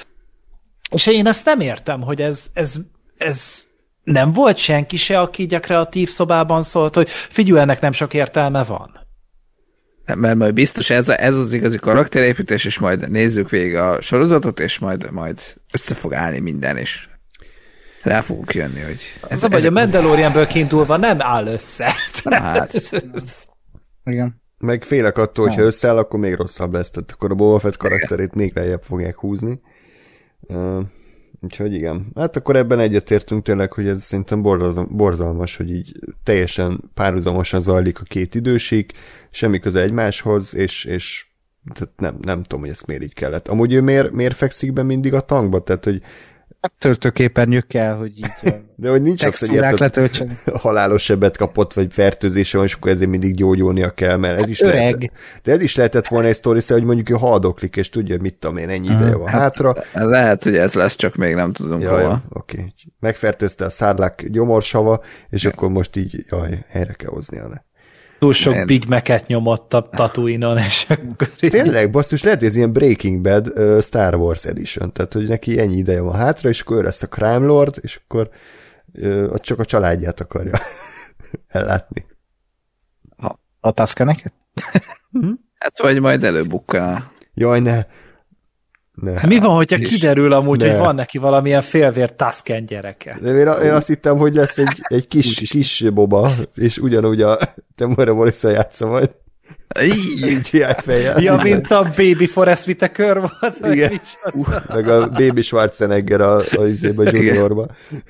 és én ezt nem értem, hogy ez, ez, ez nem volt senki se, aki így a kreatív szobában szólt, hogy figyelj, ennek nem sok értelme van. Mert majd biztos ez, a, ez az igazi karakterépítés, és majd nézzük végig a sorozatot, és majd, majd össze fog állni minden, és rá fogunk jönni, hogy... Ez, ez a Mandalorianből kiindulva nem áll össze. Hát... Igen. Meg félek attól, hogyha összeáll, akkor még rosszabb lesz, tehát akkor a Boba Fett karakterét még lejjebb fogják húzni. Uh, úgyhogy igen. Hát akkor ebben egyetértünk tényleg, hogy ez szerintem borzalmas, hogy így teljesen párhuzamosan zajlik a két időség, semmi köze egymáshoz, és, és tehát nem, nem tudom, hogy ezt miért így kellett. Amúgy ő miért, miért fekszik be mindig a tankba? Tehát, hogy töltőképernyőkkel, hogy így de hogy nincs az, hogy érted, halálos sebet kapott, vagy fertőzése van, és akkor ezért mindig gyógyulnia kell, mert ez is öreg. Lehetett, de ez is lehetett volna egy sztori, hogy mondjuk ő haldoklik, és tudja, mit tudom én, ennyi ideje van hát, hátra. Lehet, hogy ez lesz, csak még nem tudom jaj, hova. Oké. Okay. Megfertőzte a szárlák gyomorsava, és ja. Akkor most így, jaj, helyre kell hoznia le. Túl sok én... Big Mac-et nyomott a Tatooine-on, és akkor... Tényleg, basszus, lehet, ez ilyen Breaking Bad uh, Star Wars Edition, tehát, hogy neki ennyi ideje van hátra, és akkor ő lesz a Crime Lord, és akkor uh, csak a családját akarja ellátni. A, a Tuskeneket? Hát, vagy majd előbukkan. Jaj, ne! Ne. Mi van, hogyha kiderül amúgy, ne. Hogy van neki valamilyen félvér Tusken gyereke? De én, én azt hittem, hogy lesz egy, egy kis, kis boba, és ugyanúgy a Temuera Morrison játsza majd. cé gé í fejjel. Ja, mint a Baby Forrest Whitaker volt. Igen. Uh, meg a Baby Schwarzenegger a, a izébe, Juniorba.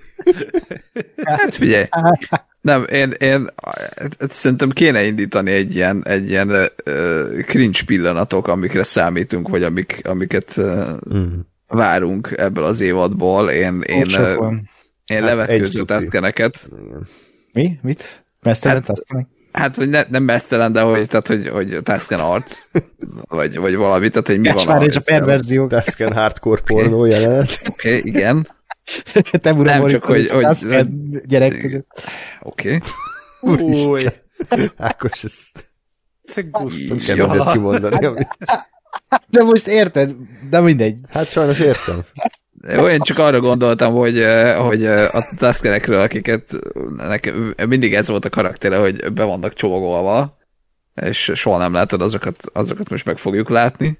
Hát figyelj. Nem, én, én szerintem kéne indítani egy ilyen, egy ilyen uh, cringe pillanatok, amikre számítunk, vagy amik, amiket uh, mm. várunk ebből az évadból. Én, én, uh, én hát levetkőző Tuskeneket. Mi? Mit? Mesztelen Tuskenek? Hát, hogy ne, nem mesztelen, de hogy, tehát, hogy, hogy Tusken arc, vagy, vagy valami, tehát, hogy mi Gács van a... és a perverzió. Tusken hardcore pornó jelenet. Oké, okay, igen. Te nem csak, hogy... hogy gyerek között. Oké. Okay. Új. Ákos, ez... Ez gusztus. Kedvedet kimondani, amit... De most érted? De mindegy. Hát sajnos értem. Olyan csak arra gondoltam, hogy, hogy a Tuskenekről, akiket nekem mindig ez volt a karaktere, hogy be vannak csomagolva, és soha nem látod azokat, azokat most meg fogjuk látni.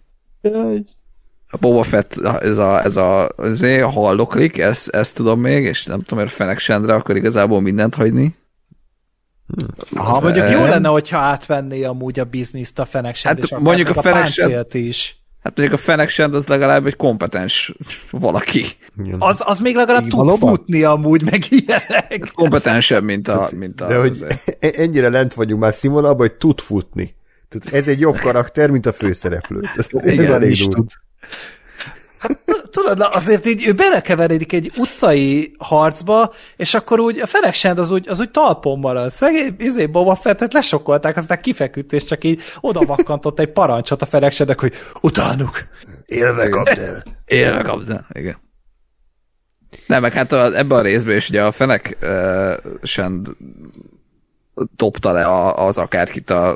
A Boba Fett, ez a, ez a, ez a haldoklik, ezt, ezt tudom még, és nem tudom, mert Fennec Shand-re akkor igazából mindent hagyni. Ha mondjuk jó lenne, hogyha átvenné amúgy a bizniszt a Fennec Shand, hát és mondjuk a, a páncélt is. Hát mondjuk a Fennec Shand az legalább egy kompetens valaki. Az, az még legalább tud valóban? Futni amúgy, meg ilyenek. Kompetensebb, mint a... Mint a de hogy ennyire lent vagyunk már színvonalban, hogy tud futni. Tehát ez egy jobb karakter, mint a főszereplő. Igen, is tud. Hát, tudod, azért így ő belekeveredik egy utcai harcba, és akkor úgy a Fennec Shand az úgy, az úgy talpon marad. Szegény izé Boba Fettet lesokkolták, aztán kifeküdt, és csak így odavakkantott egy parancsot a Fennec Shandnek, hogy utánuk. Élve kapd el. Élve kapd el, igen. Nem, meg hát ebben a részben is ugye a Fennec uh, Shand dobta le a, az akárkit a,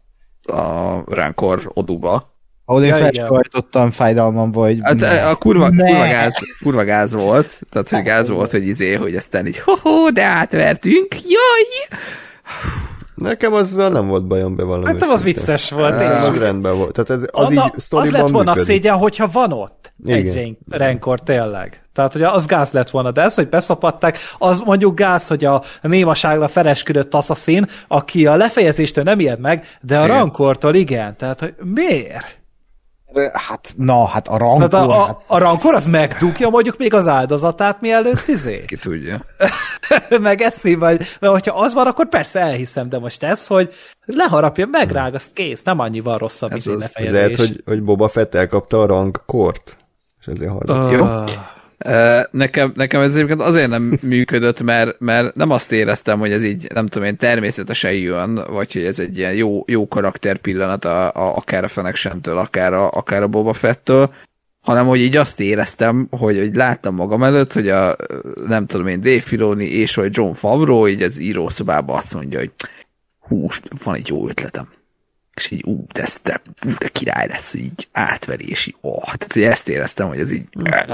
a Rancor oduba. Ahol én felcsajtottam fájdalmamból, hogy... Hát a kurva, kurva, gáz, kurva gáz volt, tehát hogy gáz volt, hogy izé, hogy aztán így ho-ho, de átvertünk, jaj! Nekem azzal nem volt bajom, bevallom. Hát az vicces volt. Hát, az rendben volt. Tehát ez, az, Anna, így sztoriban az lett volna működik. szégyen, hogyha van ott Igen. egy renkor tényleg. Tehát, hogy az gáz lett volna, de ez, hogy beszopatták, az mondjuk gáz, hogy a némaságra felesküdött asszaszín, aki a lefejezéstől nem ijed meg, de a Igen. rankortól igen. Tehát, hogy miért? Hát, na, hát a rankor... Tehát a, a, hát, a rankor az megdugja mondjuk még az áldozatát, mielőtt izé. Ki tudja. Megeszi, vagy, mert hogyha az van, akkor persze elhiszem, de most ez, hogy leharapja, megrág, azt kész, nem annyival rosszabb, Ez mint az. lefejezés. Lehet, hogy, hogy Boba Fett elkapta a rangkort, és ezért hallott. Uh, Jó. Nekem, nekem ez egyébként azért nem működött, mert, mert nem azt éreztem, hogy ez így, nem tudom én, természetesen jön, vagy hogy ez egy ilyen jó, jó karakter pillanat a, a, akár a Fennec Shand-től, akár a, akár a Boba Fett-től, hanem hogy így azt éreztem, hogy, hogy láttam magam előtt, hogy a, nem tudom én, Dave Filoni és vagy Jon Favreau így az írószobában azt mondja, hogy hú, van egy jó ötletem. És így, ú, de, ez de, ú, de király lesz, így átverési. Ó, tehát hogy ezt éreztem, hogy ez így...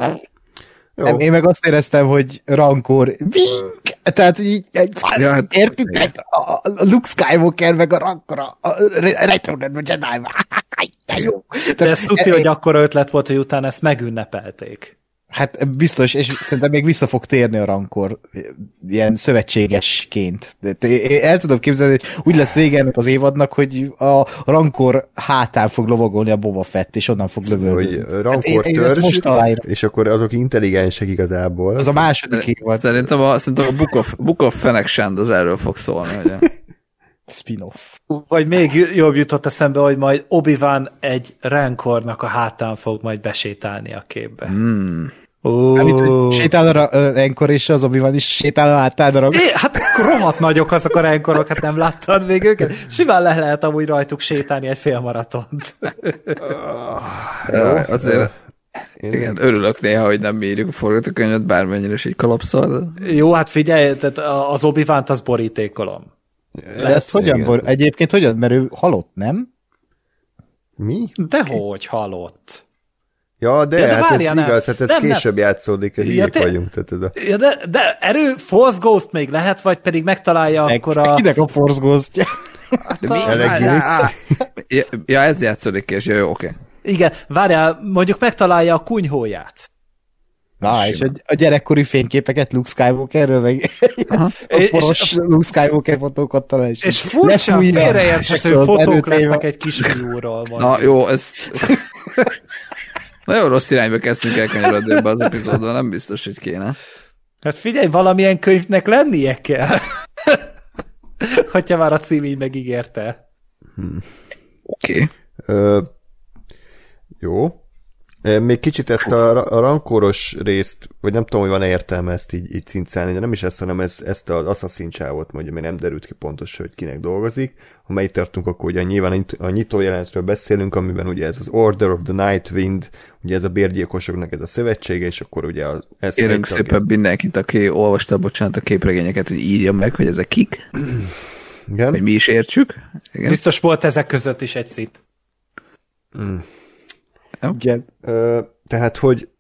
nem, én meg azt éreztem, hogy rankor vink, tehát így, egy, Ja, hát- értitek? A, a Luke Skywalker meg a rankor a, a Return of the Jedi. De jó. De ezt tudja, hogy akkora ötlet volt, hogy utána ezt megünnepelték. Hát biztos, és szerintem még vissza fog térni a rankor ilyen szövetségesként. De én el tudom képzelni, hogy úgy lesz vége ennek az évadnak, hogy a rankor hátán fog lovagolni a Boba Fett, és onnan fog lövöldözni. Hogy rankor törzs, és akkor azok intelligensek igazából. Az a második évad. Szerintem a, szerintem a Book of, Book of Fennec Shand az erről fog szólni. Ugye? Spin-off. Vagy még jobb jutott eszembe, hogy majd Obi-Wan egy rankornak a hátán fog majd besétálni a képbe. Hmm. Uh. Amit, hogy sétál a rankor, és az Obi-Wan is sétál a hátán a rankor. É, hát rohadt nagyok azok a rankorok, hát nem láttad még őket? Simán le lehet amúgy rajtuk sétálni egy fél maratont. Ja, azért Én igen, örülök néha, hogy nem bírjuk a forgatókönyvet, bármennyire is így kalapszal. De... Jó, hát figyelj, tehát az Obi-Wan-t az borítékolom. De ezt hogyan, bor- egyébként hogyan, mert ő halott, nem? Mi? Dehogy halott. Ja, de, Ja, de hát várjál, ez nem. igaz, hát ez Nem, nem. később játszódik, hogy Ja, hülyék te- vagyunk. Tehát ez a... Ja, de, de erő, Force Ghost még lehet, vagy pedig megtalálja Meg, akkor a... Kinek a Force Ghost-ja? De mi? Elég Á, Guinness. á, á. Ja, ja, ez játszódik, és jó, jó, oké. Igen, várjál, mondjuk megtalálja a kunyhóját. Na, és a, a gyerekkori fényképeket Luke Skywalkerről, meg a És- poros Luke Skywalker fotókat talál. És furcsa, lefújja, félreérthető és az fotók erőtéma. lesznek egy kisfiúról. Na, mondjuk. jó, ez... Nagyon rossz irányba kezdtünk elkanyarodni ebbe az epizódban, nem biztos, hogy kéne. Hát figyelj, valamilyen könyvnek lennie kell. Hogyha már a cím így megígérte. Oké. Okay. Ö, jó. Ö, Még kicsit ezt a, ra- a rankoros részt, vagy nem tudom, hogy van-e értelme ezt így, így cincálni, de nem is ezt, hanem ez, ezt az Assassin csávot mondja, mert nem derült ki pontos, hogy kinek dolgozik. Ha mely tartunk, akkor ugye nyilván a nyit- a nyitó jelenetről beszélünk, amiben ugye ez az Order of the Night Wind, ugye ez a bérgyilkosoknak ez a szövetsége, és akkor ugye az, ez Kérünk szépen mindenkit, aki olvasta, bocsánat, a képregényeket, hogy írja meg, hogy ezek kik, Igen? hogy mi is értsük. Igen. Biztos volt ezek között is egy szit. Mm. Igen. Ö, tehát, hogy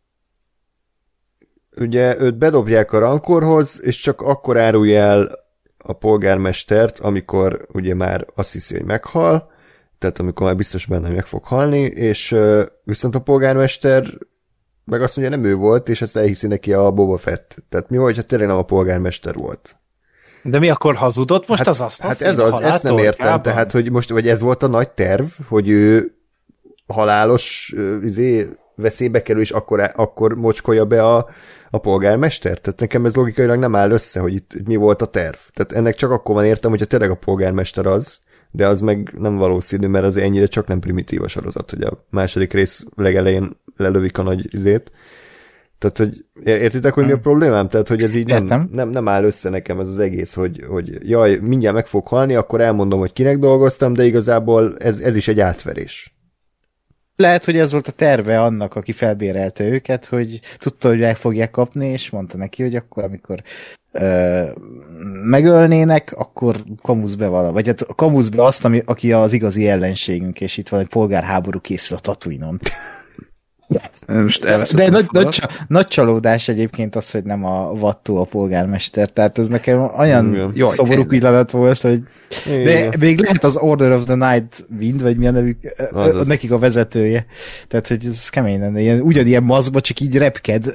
ugye őt bedobják a rankorhoz, és csak akkor árulja el a polgármestert, amikor ugye már azt hiszi, hogy meghal, tehát amikor már biztos benne, hogy meg fog halni, és ö, viszont a polgármester meg azt mondja, nem ő volt, és ezt elhiszi neki a Boba Fett. Tehát mi volt, ha tényleg nem a polgármester volt? De mi akkor hazudott most hát, az azt? Hát ez az, ezt nem értem, tehát, hogy most, vagy ez volt a nagy terv, hogy ő halálos ö, izé, veszélybe kerül, és akkor, akkor mocskolja be a, a polgármester? Tehát nekem ez logikailag nem áll össze, hogy itt mi volt a terv. Tehát ennek csak akkor van értem, hogyha tényleg a polgármester az, de az meg nem valószínű, mert az ennyire csak nem primitív a sorozat, hogy a második rész legelején lelövik a nagy izét. Tehát, hogy értitek, hogy mi a problémám? Tehát, hogy ez így nem, nem, nem áll össze nekem ez az egész, hogy, hogy jaj, mindjárt meg fog halni, akkor elmondom, hogy kinek dolgoztam, de igazából ez, ez is egy átverés. Lehet, hogy ez volt a terve annak, aki felbérelte őket, hogy tudta, hogy meg fogják kapni, és mondta neki, hogy akkor, amikor ö, megölnének, akkor kamusz be vala. Vagy hát kamusz be azt, ami, aki az igazi ellenségünk, és itt van egy polgárháború készül a Tatooine-on. Most De nagy, nagy, nagy csalódás egyébként az, hogy nem a Vattó a polgármester, tehát ez nekem olyan Jaj, szomorú tényleg. pillanat volt, hogy Igen. de még lehet az Order of the Night Wind, vagy mi a nevük, Azaz. nekik a vezetője. Tehát, hogy ez kemény lenne, ilyen, ugyanilyen maszkba, csak így repked.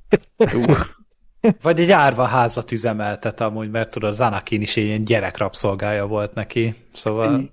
Vagy egy árva házat üzemeltet amúgy, mert tudod, az Anakin is ilyen gyerekrabszolgája volt neki. Szóval...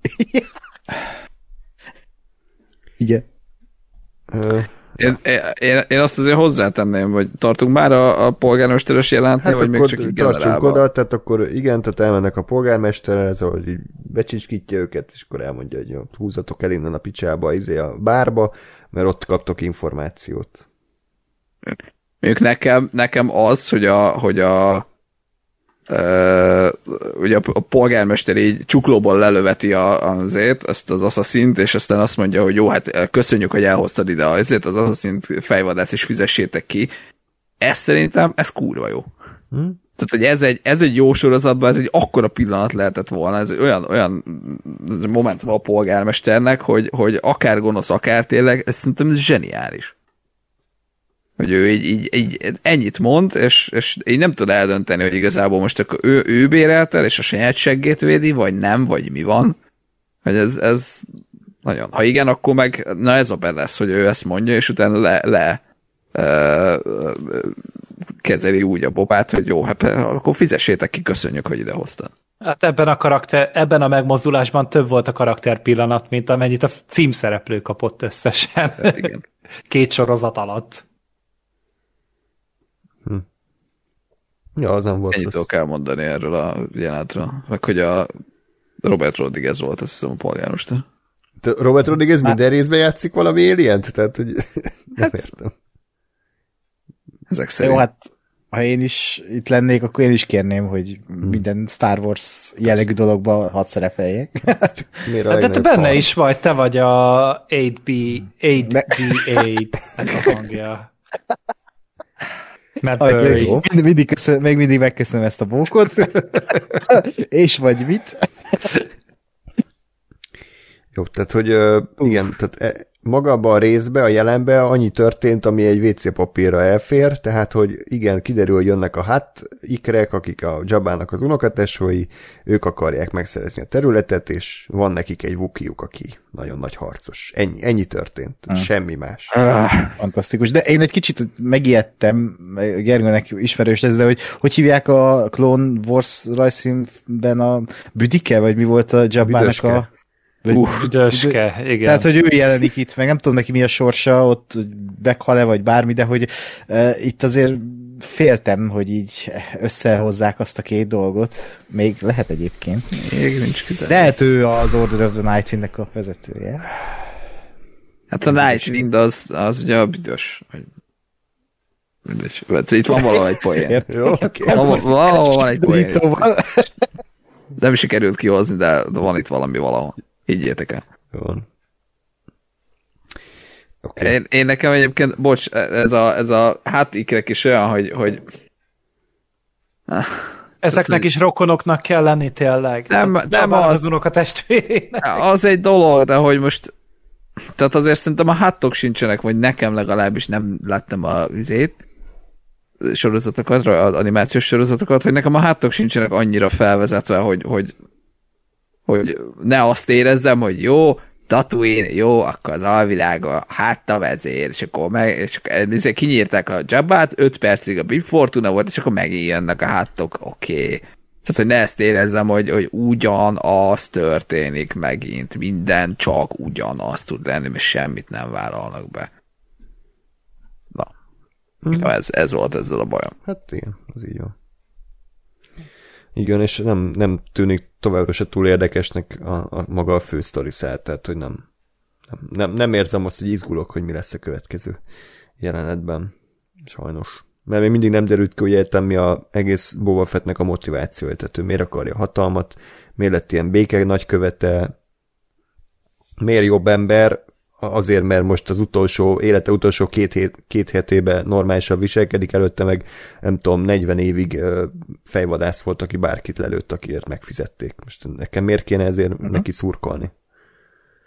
Igen. Ö, Én, én, én azt azért hozzátenném, hogy tartunk már a, a polgármesteres jelentnél, Hát vagy még akkor csak így tartsunk generálva? oda, tehát akkor igen, tehát elmennek a polgármesterhez, ahogy így becsicskítja őket, és akkor elmondja, hogy jó, húzatok el innen a picsába, izé a bárba, mert ott kaptok információt. Mondjuk nekem, nekem az, hogy a, hogy a Uh, ugye a, a polgármester így csuklóból lelöveti a, azért, ezt az asszaszint, és aztán azt mondja, hogy jó, hát köszönjük, hogy elhoztad ide azért, az asszaszint fejvadász, és fizessétek ki. Ez szerintem, ez kurva jó. Hm? Tehát, hogy ez egy, ez egy jó sorozatban, ez egy akkora pillanat lehetett volna, ez olyan, olyan momentum a polgármesternek, hogy, hogy akár gonosz, akár tényleg, ez szerintem zseniális. Hogy ő így, így, így ennyit mond, és, és így nem tud eldönteni, hogy igazából most akkor ő, ő bérelt el, és a saját seggét védi, vagy nem, vagy mi van. Hogy ez, ez nagyon. Ha igen, akkor meg, na ez a lesz, hogy ő ezt mondja, és utána le, le ö, ö, kezeli úgy a bobát, hogy jó, hát akkor fizessétek ki, köszönjük, hogy idehoztad. Hát ebben a karakter, ebben a megmozdulásban több volt a karakter pillanat, mint amennyit a címszereplő kapott összesen. Igen. Két sorozat alatt. Hm. Ja, az nem volt Ennyit rossz. tudok elmondani erről a jelenetről. Meg hogy a Robert Rodriguez volt, azt hiszem a polgármester. Te Robert Rodriguez minden részben játszik valami alient? Tehát, hogy nem értem. Ezek szerint. Jó, hát ha én is itt lennék, akkor én is kérném, hogy minden Star Wars jellegű dologba hadd szerepeljek. Miért a Hát de te legnagyobb benne szar? is vagy, te vagy a nyolc bé nyolc bé nyolc a hangja. Matt Aj, Burry. mindig, mindig köszön, még mindig megköszönöm ezt a bókot. És vagy mit? Jó, tehát, hogy uh, igen, tehát e, maga abban a részben, a jelenben annyi történt, ami egy vé cé papírra elfér, tehát, hogy igen, kiderül, hogy jönnek a hát ikrek, akik a Jabának az unokatesói, ők akarják megszerezni a területet, és van nekik egy Wookieejuk, aki nagyon nagy harcos. Ennyi, ennyi történt, hmm. semmi más. Fantasztikus, de én egy kicsit megijedtem, Gergőnek ismerős ez, de hogy hogy hívják a Clone Wars rajzfilmben a Büdike, vagy mi volt a Jabának a... Uh, Büdöske, igen. Tehát, hogy ő jelenik itt, meg nem tudom neki mi a sorsa, ott meghal-e, vagy bármi, de hogy uh, itt azért féltem, hogy így összehozzák azt a két dolgot. Még lehet egyébként. Még nincs kizárt. Lehet ő az Order of the Night Windnek a vezetője. Hát a Night Wind az, az ugye a büdös. Mindegy. Itt van valahol egy poén. Jó, oké. Valahol valahol van egy poén. Burítóval. Nem is sikerült kihozni, de van itt valami valahol. Higgyétek el. Jó van. Okay. Én, én nekem egyébként, bocs, ez a, ez a hát ikrek is olyan, hogy, hogy Ezeknek is rokonoknak kell lenni tényleg. Nem, Hát nem Csabának az. az unoka testvérének. az egy dolog, de hogy most tehát azért szerintem a háttok sincsenek, vagy nekem legalábbis nem láttam a vizét, sorozatokat, az animációs sorozatokat, hogy nekem a háttok sincsenek annyira felvezetve, hogy, hogy, hogy ne azt érezzem, hogy jó, Tatooine, jó, akkor az alvilág a hátta vezér, és akkor, meg, és akkor kinyírták a Jabbát, öt percig a Bib Fortuna volt, és akkor megint jönnek a háttok, oké. Okay. Tehát, hogy ne ezt érezzem, hogy, hogy ugyanaz történik megint, minden csak ugyanaz tud lenni, mert semmit nem vállalnak be. Na. Mm. Ja, ez, ez volt ezzel a bajom. Hát igen, az így van. Igen, és nem, nem tűnik továbbra se túl érdekesnek a, a maga a fő sztori szállt, tehát hogy nem, nem, nem, nem érzem azt, hogy izgulok, hogy mi lesz a következő jelenetben. Sajnos. Mert még mindig nem derült ki, hogy értem mi a egész Boba Fettnek a motivációja, tehát ő miért akarja a hatalmat, miért lett ilyen béke nagykövete, miért jobb ember, azért, mert most az utolsó, élete utolsó két, hét, két hetében normálisan viselkedik, előtte meg nem tudom, negyven évig fejvadász volt, aki bárkit lelőtt, akiért megfizették. Most nekem miért kéne ezért uh-huh. neki szurkolni?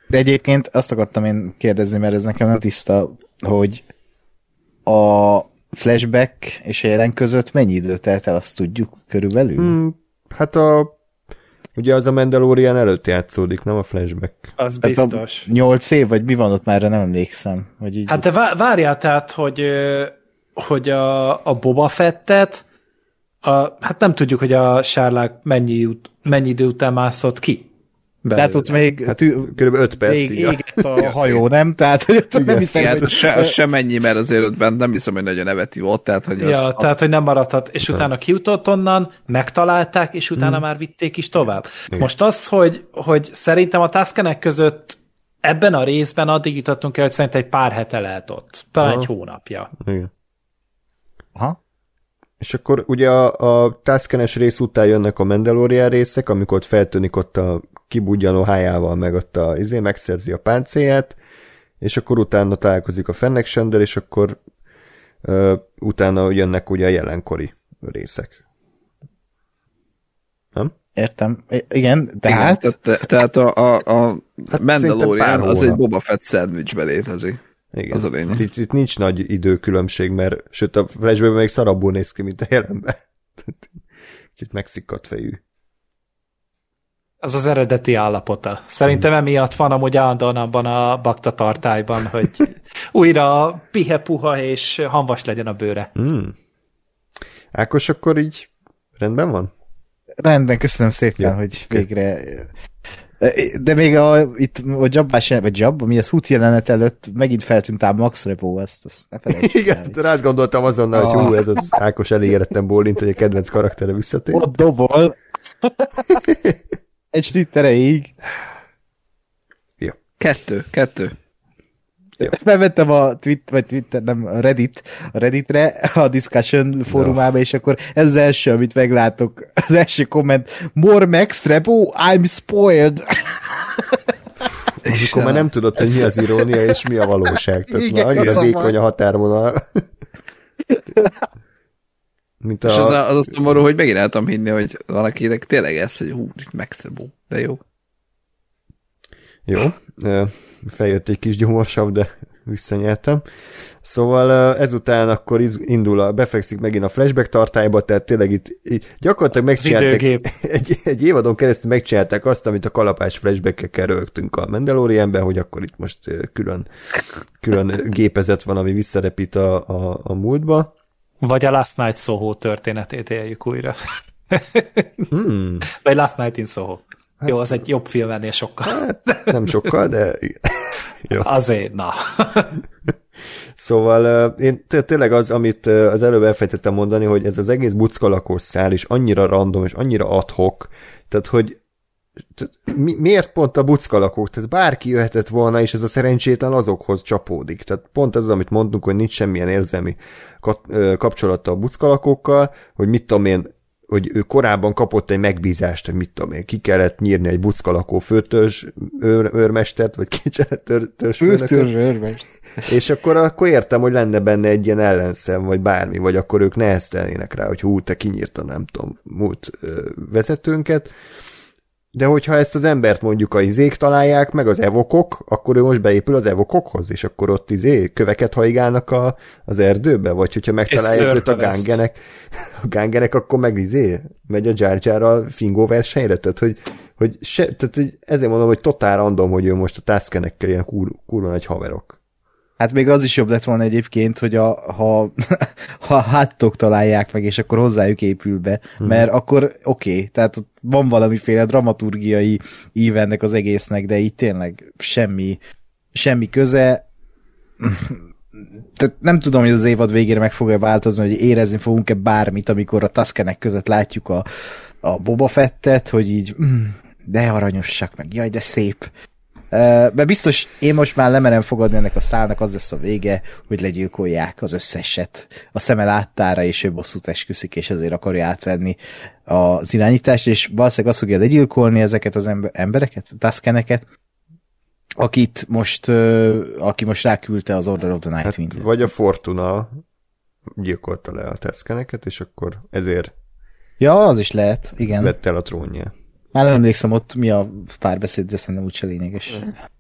De egyébként azt akartam én kérdezni, mert ez nekem nem tiszta, hogy a flashback és a jelen között mennyi idő telt el, azt tudjuk körülbelül? Hmm, hát a ugye az a Mandalorian előtt játszódik, nem a flashback. Az biztos. Nyolc év, vagy mi van ott már, nem emlékszem. Hogy így... Hát de várjál tehát, hogy, hogy a, a Boba Fettet, a, hát nem tudjuk, hogy a sárlák mennyi, mennyi idő után mászott ki. Tehát ott még hát, tű, kb. öt perc. Még égett a hajó, nem? Tehát hogy ott nem hiszem, hát, hogy... se, sem mennyi, mert azért ott bent nem hiszem, hogy nagyon neveti volt. Tehát, hogy az, ja, az... tehát, hogy nem maradhat. És nem. Utána kijutott onnan, megtalálták, és utána hmm. már vitték is tovább. Igen. Most az, hogy, hogy szerintem a Tuskenek között ebben a részben addig jutottunk el, hogy szerintem egy pár hete lehet ott. Talán Aha. egy hónapja. Igen. Aha. És akkor ugye a, a Tuskenes rész után jönnek a Mandalorian részek, amikor ott feltűnik ott a kibudjanó hájával, meg ott a, izé, megszerzi a páncélját, és akkor utána találkozik a Fennec Shandel, és akkor uh, utána jönnek ugye a jelenkori részek. Nem? Értem. I- igen, tehát... Igen, te- tehát a, a, a hát Mandalorian az egy Boba Fett szendvicsbe létezik. Igen. Az a lényeg. Itt, itt nincs nagy időkülönbség, mert sőt a flashbackben még szarabbul néz ki, mint a jelenben. Kicsit megszikadt fejű. Az az eredeti állapota. Szerintem emiatt van amúgy állandóan abban a bakta tartályban, hogy újra pihe-puha és hamvas legyen a bőre. Mm. Ákos, akkor így rendben van? Rendben, köszönöm szépen, ja. hogy végre... De még a, itt a Jabbás, vagy Jabb, ami az hút jelenet előtt megint feltűnt ám Max Rebo, azt, azt ne felejtsd. Igen, rád gondoltam azonnal, hogy hú, ez az Ákos elégerettem bólint, hogy a kedvenc karaktere visszatér. Ott dobol. Egy snitt erejéig. Ja. Kettő, kettő. Ja. Felvettem a Twitter, vagy Twitter, nem, a Reddit, a Redditre, a discussion fórumába, no. és akkor ez az első, amit meglátok, az első komment, more Max Rebo, I'm spoiled. Amikor már nem tudod, hogy mi az irónia, és mi a valóság. Tehát igen, már annyira vékony a határvonal. Mint a... És az a, az a szomorú, hogy megint el tudom hinni, hogy valakinek tényleg ez, hogy hú, itt Max Rebo, de jó. Jó. Feljött egy kis gyomorsav, de visszanyertem. Szóval ezután akkor indul, a, befekszik megint a flashback tartályba, tehát tényleg itt, itt gyakorlatilag megcsinálták, egy, egy évadon keresztül megcsinálták azt, amit a kalapás flashback-ekkel rögtünk a Mandalorianben, hogy akkor itt most külön, külön gépezet van, ami visszarepít a, a, a múltba. Vagy a Last Night Soho történetét éljük újra. Hmm. Vagy Last Night in Soho. Hát, jó, az egy jobb film ennél sokkal. Hát, nem sokkal, de... Jó. Azért, na. Szóval én tényleg az, amit az előbb elfejtettem mondani, hogy ez az egész buckalakos szál is annyira random, és annyira ad-hoc, tehát hogy tehát mi, miért pont a buckalakok? Tehát bárki jöhetett volna, és ez a szerencsétlen azokhoz csapódik. Tehát pont ez, amit mondtunk, hogy nincs semmilyen érzelmi kapcsolata a buckalakókkal, hogy mit tudom én, hogy ő korábban kapott egy megbízást, hogy mit tudom én, ki kellett nyírni egy buckalakó főtörzs őr, őrmestert, vagy ki kellett tör, törzsfőnököt. És akkor, akkor értem, hogy lenne benne egy ilyen ellenszem, vagy bármi, vagy akkor ők neheztelnének rá, hogy hú, te kinyírta, nem tudom, múlt ö, vezetőnket. De hogyha ezt az embert mondjuk a izék találják, meg az evokok, akkor ő most beépül az evokokhoz, és akkor ott izé köveket haigálnak a, az erdőbe, vagy hogyha megtalálják őt a gángenek, a gángenek, akkor meg izé megy a Jar Jarral fingó versenyre, tehát hogy, hogy, se, tehát, hogy ezért mondom, hogy totál random, hogy ő most a Tuskenekkel ilyen kur, kurva nagy haverok. Hát még az is jobb lett volna egyébként, hogy a, ha, ha háttok találják meg, és akkor hozzájuk épül be, hmm. mert akkor oké, okay, tehát van valamiféle dramaturgiai íve ennek az egésznek, de így tényleg semmi, semmi köze. Tehát nem tudom, hogy az évad végére meg fogja változni, hogy érezni fogunk-e bármit, amikor a Tuskenek között látjuk a, a Boba Fettet, hogy így de aranyossak meg, jaj, de szép. Mert biztos én most már lemerem fogadni ennek a szálnak, az lesz a vége, hogy legyilkolják az összeset a szeme láttára, és ő bosszút esküszik, és ezért akarja átvenni az irányítást, és valószínűleg azt fogja legyilkolni ezeket az embereket, a Tuskeneket, akit most, aki most ráküldte az Order of the Night Wind. Hát, vagy a Fortuna gyilkolta le a Tuskeneket, és akkor ezért ja, az is lehet, igen. vett el a trónját. Már nem emlékszem ott mi a párbeszéd, de szerintem úgyse lényeges.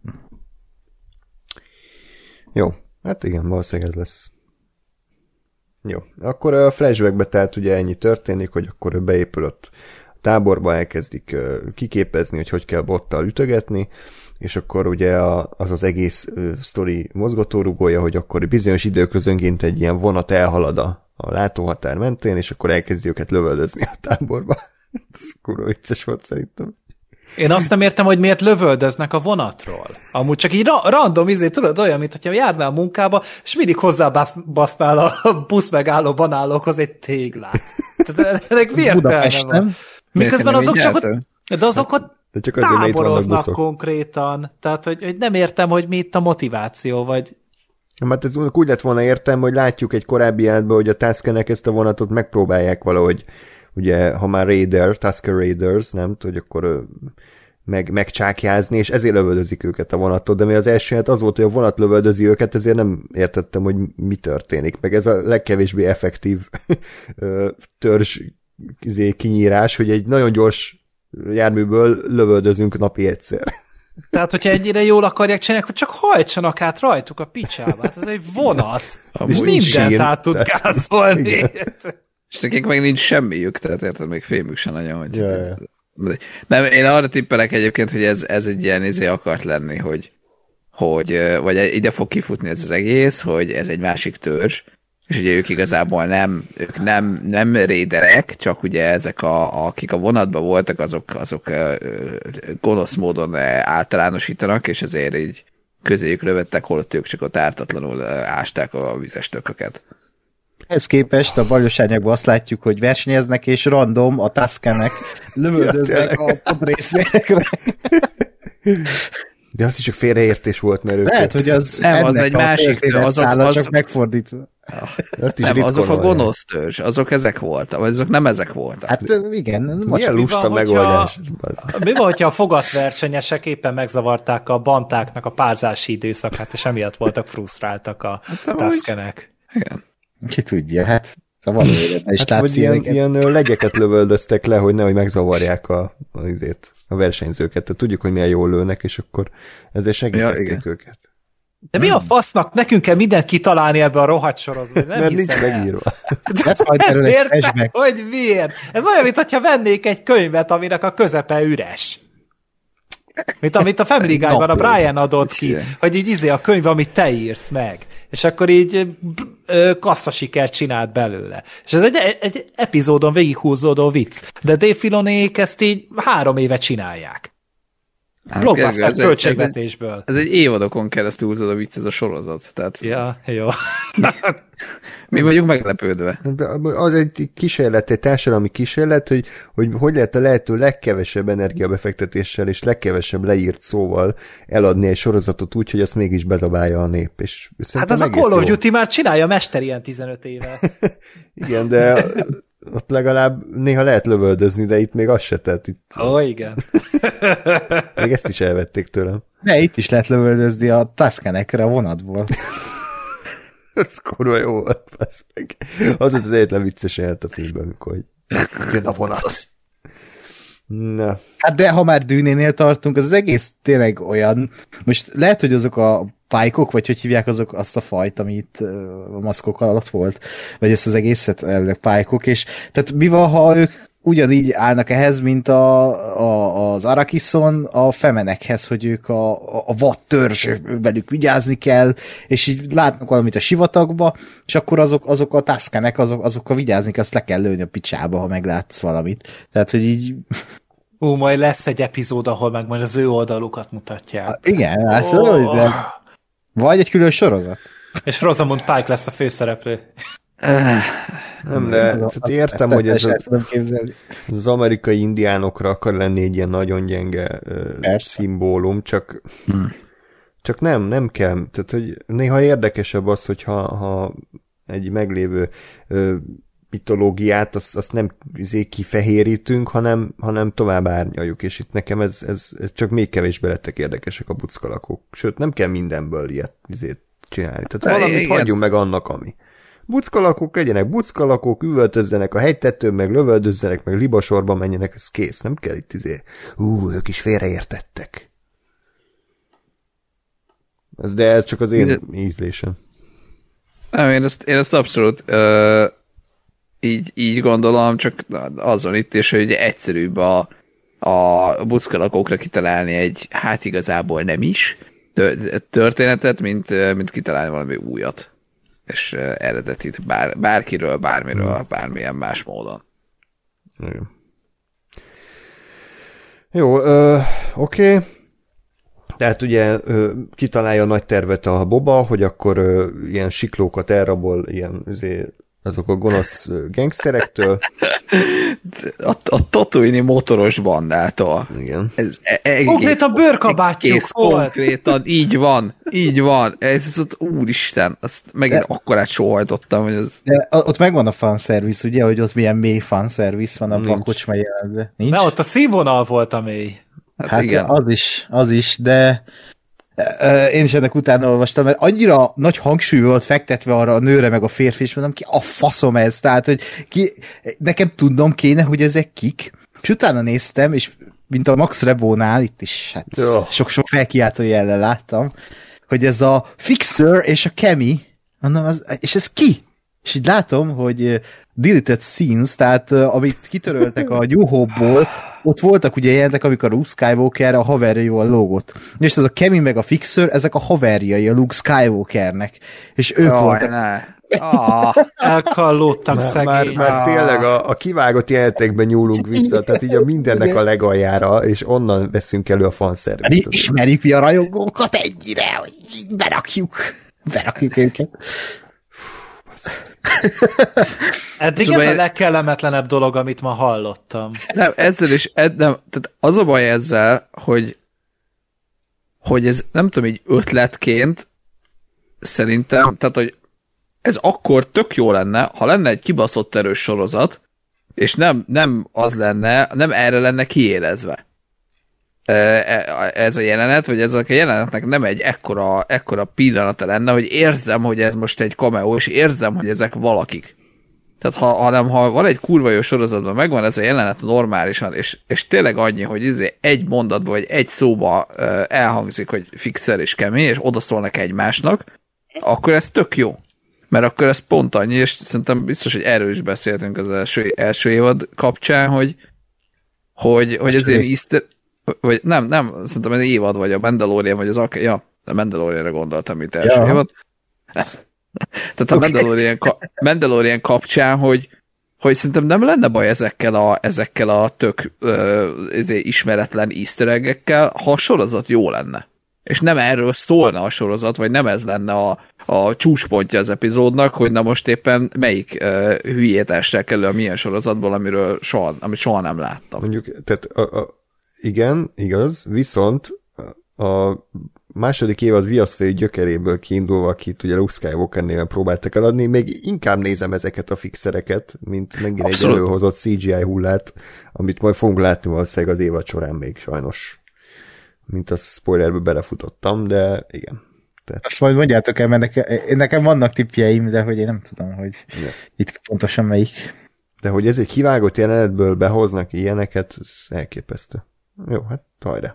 Jó, hát igen, valószínűleg ez lesz. Jó, akkor a flashbackbe tehát ugye ennyi történik, hogy akkor ő beépülött a táborba, elkezdik kiképezni, hogy hogy kell bottal ütögetni, és akkor ugye az az egész sztori mozgatórugója, hogy akkor bizonyos időközönként egy ilyen vonat elhalad a, a látóhatár mentén, és akkor elkezdi őket lövöldözni a táborba. Ez kurva vicces volt szerintem. Én azt nem értem, hogy miért lövöldöznek a vonatról. Amúgy csak így ra- random izé, tudod, olyan, mint hogyha járnál a munkába, és mindig hozzábasznál a busz megálló banálókhoz egy téglát. Tehát ennek mi értelme van? Miközben azok csak ott, de azok ott de csak azért, táboroznak konkrétan. Tehát, hogy, hogy nem értem, hogy mi itt a motiváció, vagy... Hát ez úgy lett volna értem, hogy látjuk egy korábbi jelentben, hogy a Tuskenek ezt a vonatot megpróbálják valahogy, ugye, ha már Raider, Tusker Raiders, nem tudod, hogy akkor meg, megcsákjázni, és ezért lövöldözik őket a vonatot, de mi az első hát az volt, hogy a vonat lövöldözi őket, ezért nem értettem, hogy mi történik. Meg ez a legkevésbé effektív törzs kinyírás, hogy egy nagyon gyors járműből lövöldözünk napi egyszer. Tehát, hogyha ennyire jól akarják csinálni, akkor csak hajtsanak át rajtuk a picsába. Hát ez egy vonat. És mindent sír, át tud tehát, gázolni. Igen. És nekik meg nincs semmiük, tehát érted, még fémük sem nagyon. Hogy ja, ja. Nem, én arra tippelek egyébként, hogy ez, ez egy ilyen izé akart lenni, hogy, hogy vagy ide fog kifutni ez az egész, hogy ez egy másik törzs, és ugye ők igazából nem, ők nem, nem raiderek, csak ugye ezek, a, akik a vonatban voltak, azok, azok gonosz módon általánosítanak, és ezért így közéjük lövettek, holott ők csak ott ártatlanul ásták a vizes tököket. Ehhez képest a baljosányokban azt látjuk, hogy versenyeznek, és random a Tuskenek lövöldöznek ja, a podrészérekre. De az is csak félreértés volt, mert ők... Lehet, hogy az nem, az egy másik, azok, az... csak megfordítva. Nem, azok a gonosz törzs, azok ezek voltak, vagy azok nem ezek voltak. Hát igen. Milyen lusta megoldás. Mi van, hogyha a fogatversenyesek éppen megzavarták a bantáknak a párzási időszakát, és emiatt voltak frusztráltak a hát, Tuskenek. Igen. Ki tudja, hát a való életben is hát, látsz ilyen, ilyen legyeket lövöldöztek le, hogy nehogy megzavarják a, a, a versenyzőket. Tehát tudjuk, hogy milyen jól lőnek, és akkor ezzel segítették ja, őket. De mi a fasznak? Nekünk kell mindent kitalálni ebbe a rohadt sorozatban. Nem mert nincs megírva. Ez majd erről egy flashback. Hogy miért? Ez olyan, mintha vennék egy könyvet, aminek a közepe üres. Mint amit a Family Guy-ban a Brian adott ki, hogy így izé a könyv, amit te írsz meg. És akkor így kasszasikert csinált belőle. És ez egy, egy epizódon végighúzódó vicc. De Dave Filonék ezt így három éve csinálják. Blockbuster költségvetésből. Ez egy, ez egy évadokon keresztül húzódó vicc, ez a sorozat. Tehát... Ja, jó. Mi vagyunk meglepődve. Az egy kísérlet, egy társadalmi kísérlet, hogy, hogy hogy lehet a lehető legkevesebb energiabefektetéssel és legkevesebb leírt szóval eladni egy sorozatot úgy, hogy azt mégis bezabálja a nép. És hát az a Call of Duty már csinálja mester ilyen tizenöt éve. Igen, de ott legalább néha lehet lövöldözni, de itt még az se tett. Itt... Ó, oh, igen. Még ezt is elvették tőlem. De itt is lehet lövöldözni a Tuskenekre a vonatból. Ez kurva jó volt, az meg. Az volt az egyetlen vicces jelent a filmben, amikor jön a vonat. Na. Hát de ha már Dűnénél tartunk, az, az egész tényleg olyan, most lehet, hogy azok a pálykok, vagy hogy hívják azok azt a fajt, ami itt a maszkok alatt volt, vagy ezt az egészet elvileg pálykok, és tehát mi van, ha ők ugyanígy állnak ehhez, mint a, a, az Arakiszon a femenekhez, hogy ők a, a vad törzs, velük vigyázni kell, és így látnak valamit a sivatagba, és akkor azok, azok a Tuskenek, azok, azokkal vigyázni kell, azt le kell lőni a picsába, ha meglátsz valamit. Tehát, hogy így... Ú, majd lesz egy epizód, ahol meg majd az ő oldalukat mutatják. Ah, igen, hát oh. De... Vagy egy külön sorozat. És Rosamund Pike lesz a főszereplő. Nem, de értem, hogy ez, a, ez az amerikai indiánokra akar lenni egy ilyen nagyon gyenge uh, szimbólum, csak, hmm. csak nem, nem kell. Tehát, hogy néha érdekesebb az, hogyha ha egy meglévő uh, mitológiát, azt, azt nem izé kifehérítünk, hanem, hanem tovább árnyaljuk, és itt nekem ez, ez, ez csak még kevésbé lettek érdekesek a buckalakok. Sőt, nem kell mindenből ilyet izét csinálni. Tehát valamit igen. Hagyjunk meg annak, ami. Buckalakók legyenek buckalakók, üvöltözzenek a hegytetőn, meg lövöldözzenek, meg libasorba menjenek, ez kész, nem kell itt izé. Ú, ők is félreértettek. Ez, de ez csak az én de... ízlésem. Nem, én ezt, én ezt abszolút uh, így, így gondolom, csak azon itt is, hogy egyszerűbb a, a buckalakókra kitalálni egy, hát igazából nem is, történetet, mint, mint kitalálni valami újat. És uh, eredetit bár, bárkiről, bármiről, hmm. bármilyen más módon. Igen. Jó, uh, oké. Okay. Tehát ugye uh, kitalálja a nagy tervet a Boba, hogy akkor uh, ilyen siklókat elrabol, ilyen azért, azok a gonosz uh, gangsterektől. A, a Tatooine motoros bandától. Igen. Ez egész, konkrétan bőrkabátjuk volt. Konkrétan, így van, így van. Ez, ez ott, úristen, azt megint de, akkorát sóhajtottam, hogy ez... De ott megvan a fanszervisz, ugye, hogy ott milyen mély fanszervisz van a kocsma jelenetben. Nincs? Na, ott a színvonal volt a mély. Hát, hát igen. az is, az is, de uh, én is ennek utána olvastam, mert annyira nagy hangsúly volt fektetve arra a nőre meg a férfi, és mondom, ki a faszom ez, tehát, hogy ki, nekem tudnom kéne, hogy ezek kik, és utána néztem, és mint a Max Rebónál, itt is hát oh. sok-sok felkiáltó jellel láttam, hogy ez a Fixer és a Kemi, mondom, az, és ez ki? És így látom, hogy deleted scenes, tehát amit kitöröltek a New Hope-ból, ott voltak ugye jelentek, amikor a Luke Skywalker a haverjaival lógott. És ez a Kemi meg a Fixer, ezek a haverjai a Luke Skywalkernek. És ők Jaj, voltak... Ah, elkallódtam szegény. Már, már tényleg a, a kivágott jelenetekben nyúlunk vissza, tehát így a mindennek a legaljára, és onnan veszünk elő a fanszervist. Ismerjük mi a rajongókat ennyire, hogy berakjuk. Berakjuk őket. Eddig szóval ez a legkellemetlenebb dolog, amit ma hallottam. Nem, ezzel is, ed, nem, tehát az a baj ezzel, hogy hogy ez nem tudom, így ötletként szerintem, tehát, hogy ez akkor tök jó lenne, ha lenne egy kibaszott erős sorozat, és nem, nem az lenne, nem erre lenne kiélezve. Ez a jelenet, vagy ezek a jelenetnek nem egy ekkora, ekkora pillanata lenne, hogy érzem, hogy ez most egy cameo, és érzem, hogy ezek valakik. Tehát ha, hanem, ha van egy kurva jó sorozatban, megvan ez a jelenet normálisan, és, és tényleg annyi, hogy izé egy mondatban, vagy egy szóba elhangzik, hogy Fixer és Kemi, és odaszólnak egymásnak, akkor ez tök jó. Mert akkor ez pont annyi, és szerintem biztos, hogy erről is beszéltünk az első, első évad kapcsán, hogy, hogy, hogy ezért Easter... Vagy nem, nem, szerintem ez évad, vagy a Mandalorian, vagy az ak- ja, a Mandalorianra gondoltam itt első ja. évad. Tehát a okay. Mandalorian, ka- Mandalorian kapcsán, hogy, hogy szerintem nem lenne baj ezekkel a, ezekkel a tök ö, ismeretlen easter egg-ekkel, ha a sorozat jó lenne. És nem erről szólna a sorozat, vagy nem ez lenne a, a csúcspontja az epizódnak, hogy na most éppen melyik uh, hülyét essek elő a milyen sorozatból, amiről soha, amit soha nem láttam. Mondjuk, tehát a, a, igen, igaz, viszont a második évad viaszfejű gyökeréből kiindulva, akit ugye Luke Skywalker néven próbáltak eladni, még inkább nézem ezeket a fixereket, mint megint Abszolút. Egy előhozott cé gé í hullát, amit majd fogunk látni valószínűleg az évad során még sajnos. Mint a spoilerből belefutottam, de igen. Tehát... Azt majd mondjátok el, mert nekem, nekem vannak tippjeim, de hogy én nem tudom, hogy ja. itt pontosan melyik. De hogy ez egy kivágott jelenetből behoznak ilyeneket, ez elképesztő. Jó, hát hajrá.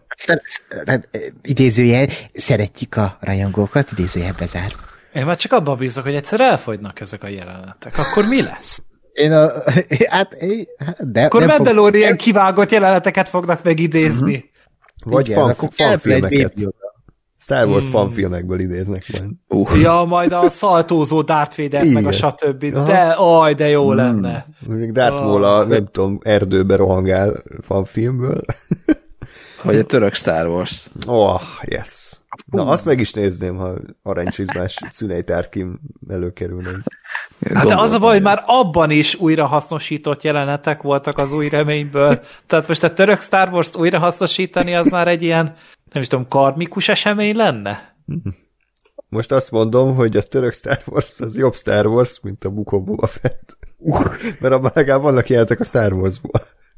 Idézőjel, szeretjük a rajongókat, idézőjel bezár. Én már csak abban bízok, hogy egyszer elfogynak ezek a jelenetek. Akkor mi lesz? Én a... Hát, de, Akkor Mandalorian fog... kivágott jeleneteket fognak megidézni. Uh-huh. Vagy igen, fan, fanfilmeket. Star Wars mm. fanfilmekből idéznek majd. Uh. Ja, majd a szaltózó Darth Vader, meg a stb. Aha. De, aj, de jó mm. lenne. Még Darth Maul oh. a, nem tudom, erdőbe rohangál fanfilmből. Vagy a török Star Wars. Oh, yes. Na, uh. azt meg is nézném, ha aranycsizmás Szüneytárkim előkerülne. Hát de az a baj, hogy már abban is újrahasznosított jelenetek voltak az új reményből. Tehát most a török Star Wars-t újrahasznosítani, az már egy ilyen, nem is tudom, karmikus esemény lenne? Most azt mondom, hogy a török Star Wars az jobb Star Wars, mint a Book of Boba Fett. Mert abban legalább vannak jelentek a Star Wars-ból.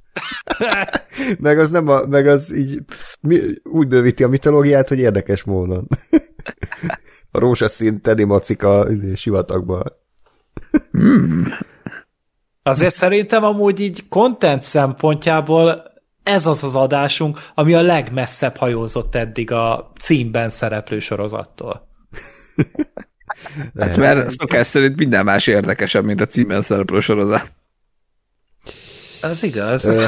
meg az nem a, meg az így mi, úgy bővíti a mitológiát, hogy érdekes módon. A rózsaszín Teddy Macik a sivatagban. Hmm. Azért szerintem amúgy így content szempontjából ez az az adásunk, ami a legmesszebb hajózott eddig a címben szereplő sorozattól. Hát mert szokás szerint minden más érdekesebb, mint a címben szereplő sorozat. Ez igaz. Ö,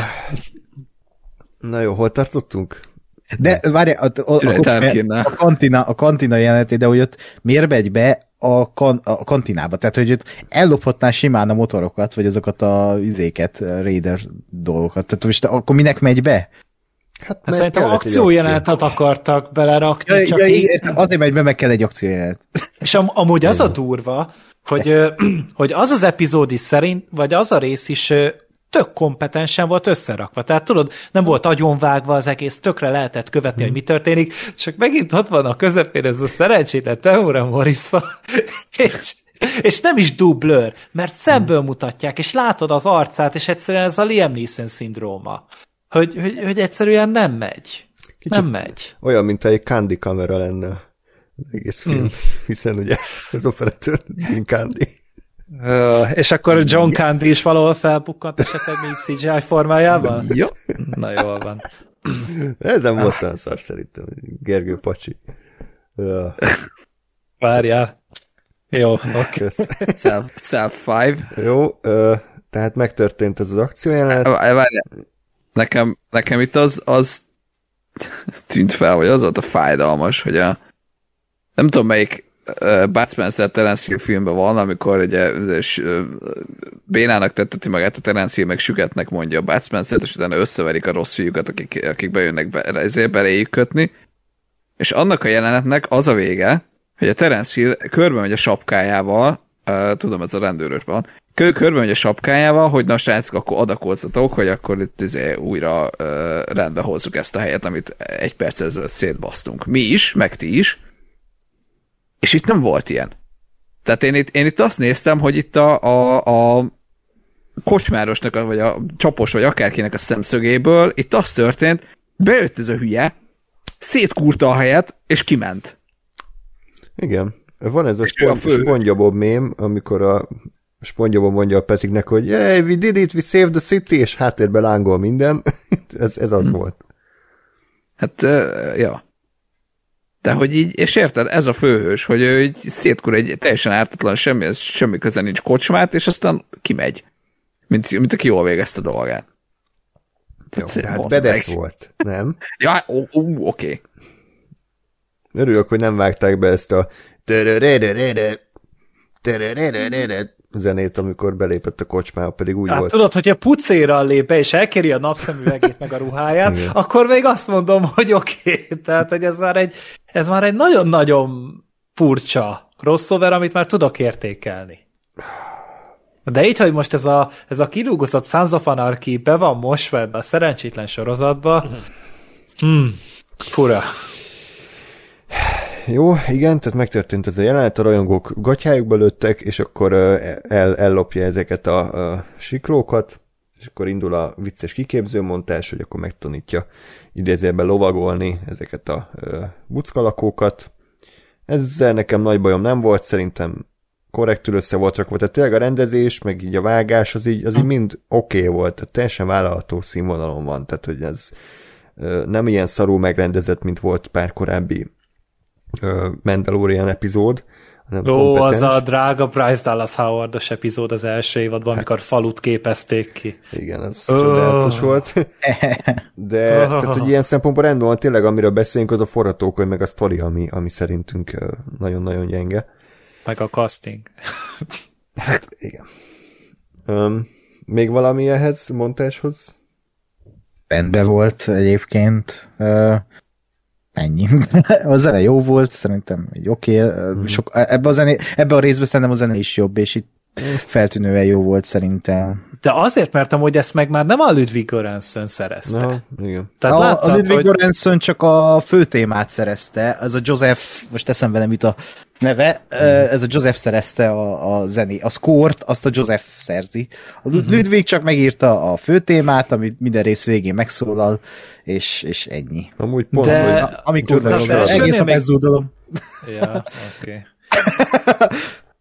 na jó, hol tartottunk? De várj, a, a, a, a, kantina, a kantina jeleneté, de hogy ott miért megy be a, kan, a kantinába? Tehát, hogy ott ellophatnál simán a motorokat, vagy azokat a izéket, Raider dolgokat. Tehát most akkor minek megy be? Hát szerintem akciójelenetet akartak belerakni. Ja, csak ja, így... értem, azért megy be, meg kell egy akciójelenet. És am- amúgy az a durva, hogy, hogy az az epizód is szerint, vagy az a rész is tök kompetensen volt összerakva. Tehát tudod, nem volt agyonvágva az egész, tökre lehetett követni, hmm. hogy mi történik, csak megint ott van a közepén ez a szerencsétlen Temuera Morrison, és, és nem is dublőr, mert szemből mutatják, és látod az arcát, és egyszerűen ez a Liam Neeson szindróma, hogy, hogy, hogy egyszerűen nem megy. Kicsit nem megy. Olyan, mint egy Candy kamera lenne az egész film, hmm. hiszen ugye az operatőr Dean Candy. Uh, és akkor John Candy is valahol felbukkant esetleg még cé gé i formájában? Jó. Na jól van. Ezen volt olyan szar szerintem, Gergő Pacsi. Uh. Várjál. Jó, oké. Okay. Self five. Jó, uh, tehát megtörtént ez az akciójelenet. Várjál. Nekem, nekem itt az, az tűnt fel, hogy az volt a fájdalmas, hogy a nem tudom melyik uh, Bud Spencer Terence Hill filmben van, amikor ugye uh, bénának tetteti magát a Terence Hill, meg süketnek mondja a Bud Spencer-t, és utána összeverik a rossz fiúkat, akik, akik bejönnek be, ezért beléjük kötni. És annak a jelenetnek az a vége, hogy a Terence Hill körbe megy a sapkájával, uh, tudom, ez a rendőrös van, Kör, körbe megy a sapkájával, hogy na srácok, akkor adakolzatok, hogy akkor itt izé, újra uh, rendbe hozzuk ezt a helyet, amit egy perc ezelőtt szétbasztunk. Mi is, meg ti is. És itt nem volt ilyen. Tehát én itt, én itt azt néztem, hogy itt a, a, a kocsmárosnak, vagy a csapos, vagy akárkinek a szemszögéből itt az történt, bejött ez a hülye, szétkúrta a helyet, és kiment. Igen. Van ez a SpongeBob mém, amikor a SpongeBob mondja a Patricknek, hogy hey, we did it, we saved the city, és háttérben lángol minden. ez, ez az hmm. volt. Hát, uh, ja. De hogy így, és érted, ez a főhős, hogy ő így szétkúr egy teljesen ártatlan, semmi, semmi köze nincs kocsmát, és aztán kimegy. Mint, mint aki jól végezte a dolgát. Jó, de hát bedesz volt, nem? Ja, ó, ó, oké. Okay. Örülök, hogy nem vágták be ezt a zenét, amikor belépett a kocsmába, pedig úgy hát, volt. Tudod, hogyha pucéral lép be, és elkéri a napszemüvegét meg a ruháját, igen. Akkor még azt mondom, hogy oké. Okay. Tehát, hogy ez már egy, ez már egy nagyon-nagyon furcsa crossover, amit már tudok értékelni. De így, hogy most ez a, ez a kilúgozott Sons of Anarchy be van mosva ebbe a szerencsétlen sorozatba, hmm, fura. Jó, igen, tehát megtörtént ez a jelenet, a rajongók gatyájukba lőttek, és akkor el, ellopja ezeket a, a siklókat, és akkor indul a vicces kiképzőmontás, hogy akkor megtanítja idézőjelben lovagolni ezeket a, a buckalakókat. Ezzel nekem nagy bajom nem volt, szerintem korrektül össze volt rakva, tehát tényleg a rendezés, meg így a vágás, az így, az így mind oké okay volt, tehát teljesen vállalható színvonalon van, tehát hogy ez nem ilyen szarul megrendezett, mint volt pár korábbi Mandalorian epizód. Ó, az a drága Bryce Dallas Howard-os epizód az első évadban, hát, amikor falut képezték ki. Igen, az oh. csodálatos volt. De oh. tehát, hogy ilyen szempontból rendben van, tényleg amiről beszélünk, az a forgatókönyv, meg a sztori, ami, ami szerintünk nagyon-nagyon gyenge. Meg a casting. Hát, igen. Um, még valami ehhez, montáshoz? Rendben volt egyébként. Uh, ennyi. A zene jó volt, szerintem egy oké. Okay. Mm. Ebbe, a ebbe a részben szerintem a zene is jobb, és itt feltűnően jó volt szerintem. De azért, mert amúgy ezt meg már nem a Ludwig Göransson szerezte. Na, igen. Tehát a, láttad, a Ludwig hogy... Göransson csak a fő témát szerezte, ez a Joseph, most eszembe nem jut a neve, mm. ez a Joseph szerezte a, a zené, a score-t, azt a Joseph szerzi. A mm-hmm. Ludwig csak megírta a fő témát, amit minden rész végén megszólal, és, és ennyi. Amúgy pont, de... hogy... Amikor egész a mezzúdolom. Ja, oké. Okay.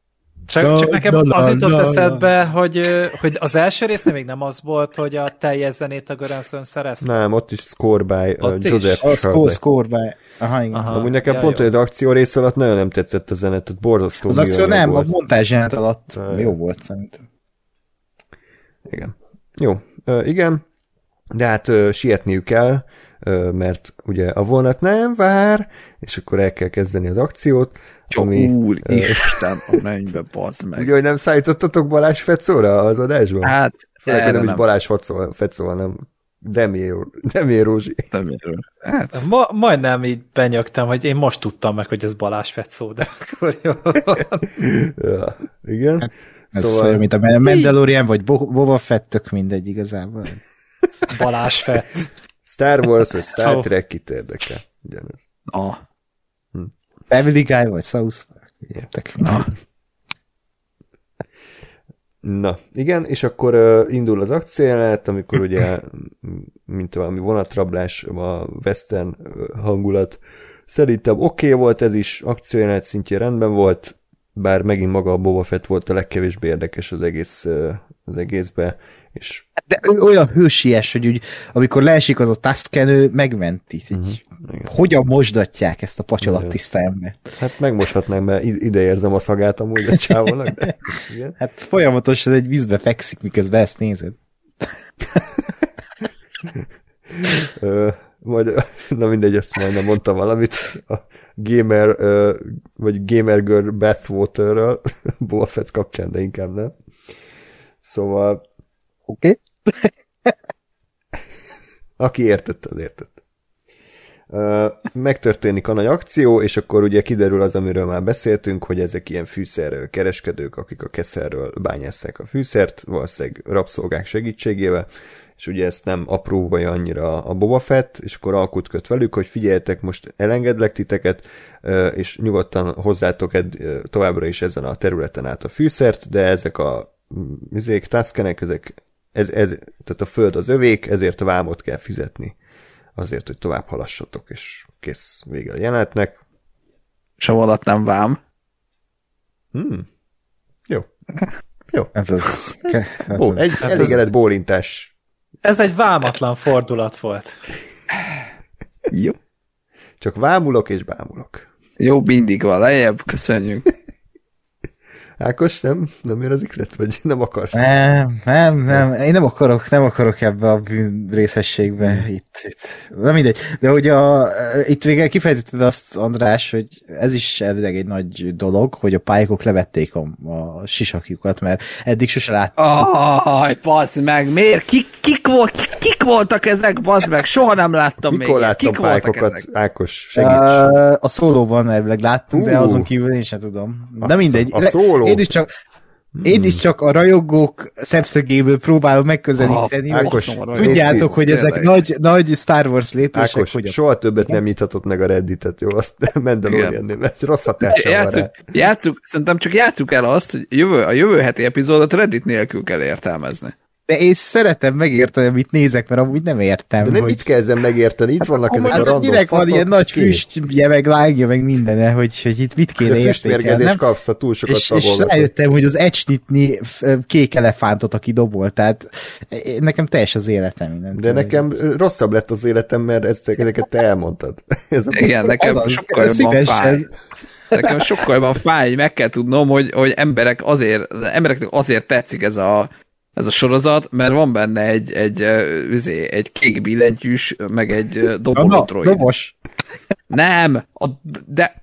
Csak, Na, csak nekem na, na, az jutott na, eszedbe, hogy, hogy az első részén még nem az volt, hogy a teljes zenét a Göransson szerezte. Nem, ott is score by uh, Ott is? Joseph A score, Sharley. score by... Aha, igen. Aha. Amúgy nekem Ja, pont, jó. hogy az akció rész alatt nagyon nem tetszett a zene, tehát borzasztó Az akció műanyag nem, a volt. montázs jelenet alatt Ah, jó jó. volt szerintem. Igen. Jó, ö, igen, de hát ö, sietniük kell, ö, mert ugye a vonat nem vár, és akkor el kell kezdeni az akciót, ami... Úr, ö, Isten, a mennybe, bazd meg. Ugye, hogy nem szállítottatok Balázs Fecóra az adásban? Hát, Főleg, hogy erre nem is nem. Balázs Fecó, Fecó, hanem Demié Demié Rózsi. Nem érő. Hát, Ma, majdnem így benyögtem, hogy én most tudtam meg, hogy ez Balázs Fecó, de akkor jó. Ja, igen. Ez Szóval... olyan, mint a Mandalorian, vagy Bo- Boba Fett, tök mindegy igazából. Balázs Fett. Star Wars vagy Star Szó. Trek kit érdekel. Ugyanez. a, Family Guy, vagy South Park, értek. Na, igen, és akkor uh, indul az akciójelenet, amikor ugye, mint valami vonatrablás, a western uh, hangulat. Szerintem oké okay volt ez is, akciójelenet szintjén rendben volt, bár megint maga a Boba Fett volt a legkevésbé érdekes az egész, uh, az egészbe, és De ő olyan hősies, hogy úgy, amikor leesik az a Tusken, ő megmenti. Uh-huh. Hogyan mosdatják ezt a pacsolattiszta embert? hát megmoshatnánk, mert ide érzem a szagát amúgy a csávónak, de igen. Hát folyamatosan egy vízbe fekszik, miközben ezt nézed. Ö, majd, na mindegy, ezt majdnem mondtam valamit, a gamer, ö, vagy gamer girl bathwaterről, Boba Fett kapcsán, de inkább nem. Szóval, Oké? Okay? aki értette, az értette. Ö, megtörténik a nagy akció, és akkor ugye kiderül az, amiről már beszéltünk, hogy ezek ilyen fűszer kereskedők, akik a keszerről bányásszák a fűszert, valószínűleg rabszolgák segítségével, és ugye ezt nem apróvolja annyira a Boba Fett, és akkor alkut köt velük, hogy figyeljetek, most elengedlek titeket, és nyugodtan hozzátok ed- továbbra is ezen a területen át a fűszert, de ezek a üzék, Tuskenek, ezek, ez, ez, tehát a föld az övék, ezért a vámot kell fizetni. Azért, hogy tovább halassatok, és kész, vége a jelenetnek. és a vonat nem vám. Hmm. Jó. Jó. Ez az. Ez Ó, az. egy elégedett bólintás. Ez egy vámatlan fordulat volt. Jó. Csak vámulok és bámulok. Jó, mindig van, lejjebb, köszönjük. Ákos, nem? Nem jön az iklet? Vagy nem akarsz? Nem, nem, nem, én nem akarok, nem akarok ebbe a bűn részességbe, itt, itt. Na mindegy, de hogy a, itt végül kifejtetted azt, András, hogy ez is elvileg egy nagy dolog, hogy a pályákok levették a, a sisakjukat, mert eddig sose láttam. Aj, bazd meg, miért? Kik, kik, volt, kik, kik voltak ezek, bazd meg? Soha nem láttam Mikor még. láttam Kik voltak pályákokat? ezek? Ákos, segíts. Uh, a szólóban elvileg láttunk, de Ú. azon kívül én sem tudom. De Azt mindegy. a szóló. Én is csak Én is csak a rajongók szemszögéből próbálom megközelíteni, Ah, hogy Ákos, tudjátok, Léci, hogy ezek tényleg. nagy, nagy Star Wars lépések, Ákos, hogy a soha többet nem nyithatod meg a Redditet, jó? Azt Mandalorian-nél, mert rossz hatása van rá. Játsszuk, játsszuk, szerintem csak játsszuk el azt, hogy jövő, a jövő heti epizódot Reddit nélkül kell értelmezni. De én szeretem megérteni, amit nézek, mert amúgy nem értem. De nem hogy... itt kell ezen megérteni, itt vannak Akkor ezek a már random direkt van faszok, ilyen nagy kész. füstje, meg lángja, meg mindene, hogy, hogy itt mit kéne De értékelni. füstmérgezés nem? kapsz, ha túl sokat És, és szagolgatod. rájöttem, hogy az ecsnitni kék elefántot, aki dobol, tehát nekem teljes az életem mindent. De nekem rosszabb lett az életem, mert ezt, ezeket te elmondtad. Ez a Igen, nekem Az, sokkal jobban szívesen. fáj. Nekem sokkal jobban fáj, meg kell tudnom, hogy, hogy emberek azért, embereknek azért tetszik ez a, ez a sorozat, mert van benne egy, egy, egy, egy kék billentyűs, meg egy dobolótroid. Dobos. Nem, a, de...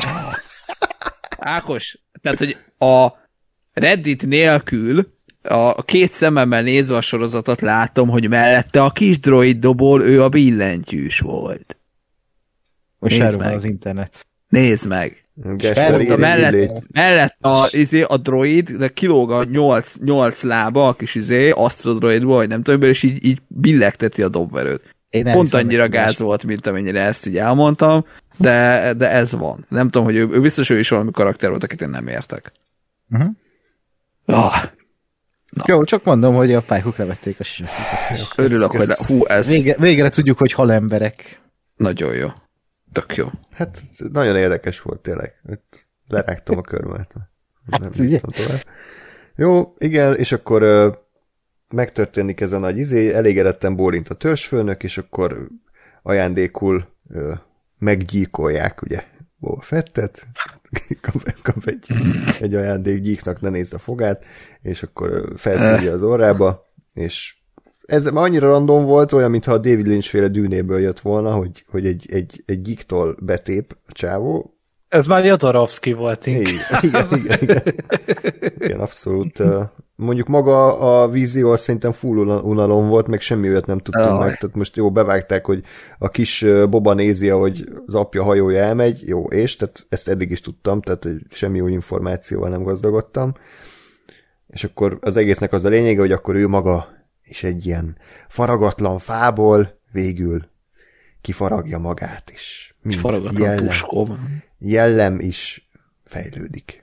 Ákos, tehát, hogy a Reddit nélkül a két szememmel nézve a sorozatot látom, hogy mellette a kis droid dobol, ő a billentyűs volt. Most Nézd erről van meg. az internet. Nézd meg. Gester Pont A a mellett, mellett a, izé, a droid, de kilóg a nyolc, nyolc lába, a kis izé, asztrodroidból, vagy nem tudom, és így, így billegteti a dobverőt. Én Pont elhiszem, annyira hogy gáz volt, mint amennyire ezt így elmondtam, de, de ez van. Nem tudom, hogy ő, ő biztos ő is valami karakter volt, akit én nem értek. Uh-huh. Ah, Jó, csak mondom, hogy a pályákok levették a sisakokat. örülök, hogy le, hú, ez Végre, végre tudjuk, hogy hal emberek. nagyon jó. Tök jó. Hát nagyon érdekes volt tényleg. Itt lerágtam a körmet. nem jutom tovább. Jó, igen, és akkor ö, megtörténik ez a nagy izé, elégedetten bólint a törzsfőnök, és akkor ajándékul ö, meggyíkolják, ugye, Boba Fettet, kap, kap egy, egy ajándék gyíknak, ne nézd a fogát, és akkor felszívja az orrába, és ez már annyira random volt, olyan, mintha a David Lynch féle Dűnéből jött volna, hogy, hogy egy, egy, egy gyíktól betép a csávó. Ez már Jodorowsky volt inkább. Igen, igen, igen. Igen, abszolút. Mondjuk maga a vízió szerintem full unalom volt, meg semmi olyat nem tudtunk meg, tehát most jó, bevágták, hogy a kis Boba nézi, hogy az apja hajója elmegy, jó, és tehát ezt eddig is tudtam, tehát semmi jó információval nem gazdagodtam. És akkor az egésznek az a lényege, hogy akkor ő maga és egy ilyen faragatlan fából végül kifaragja magát, és mint jellem, jellem is fejlődik.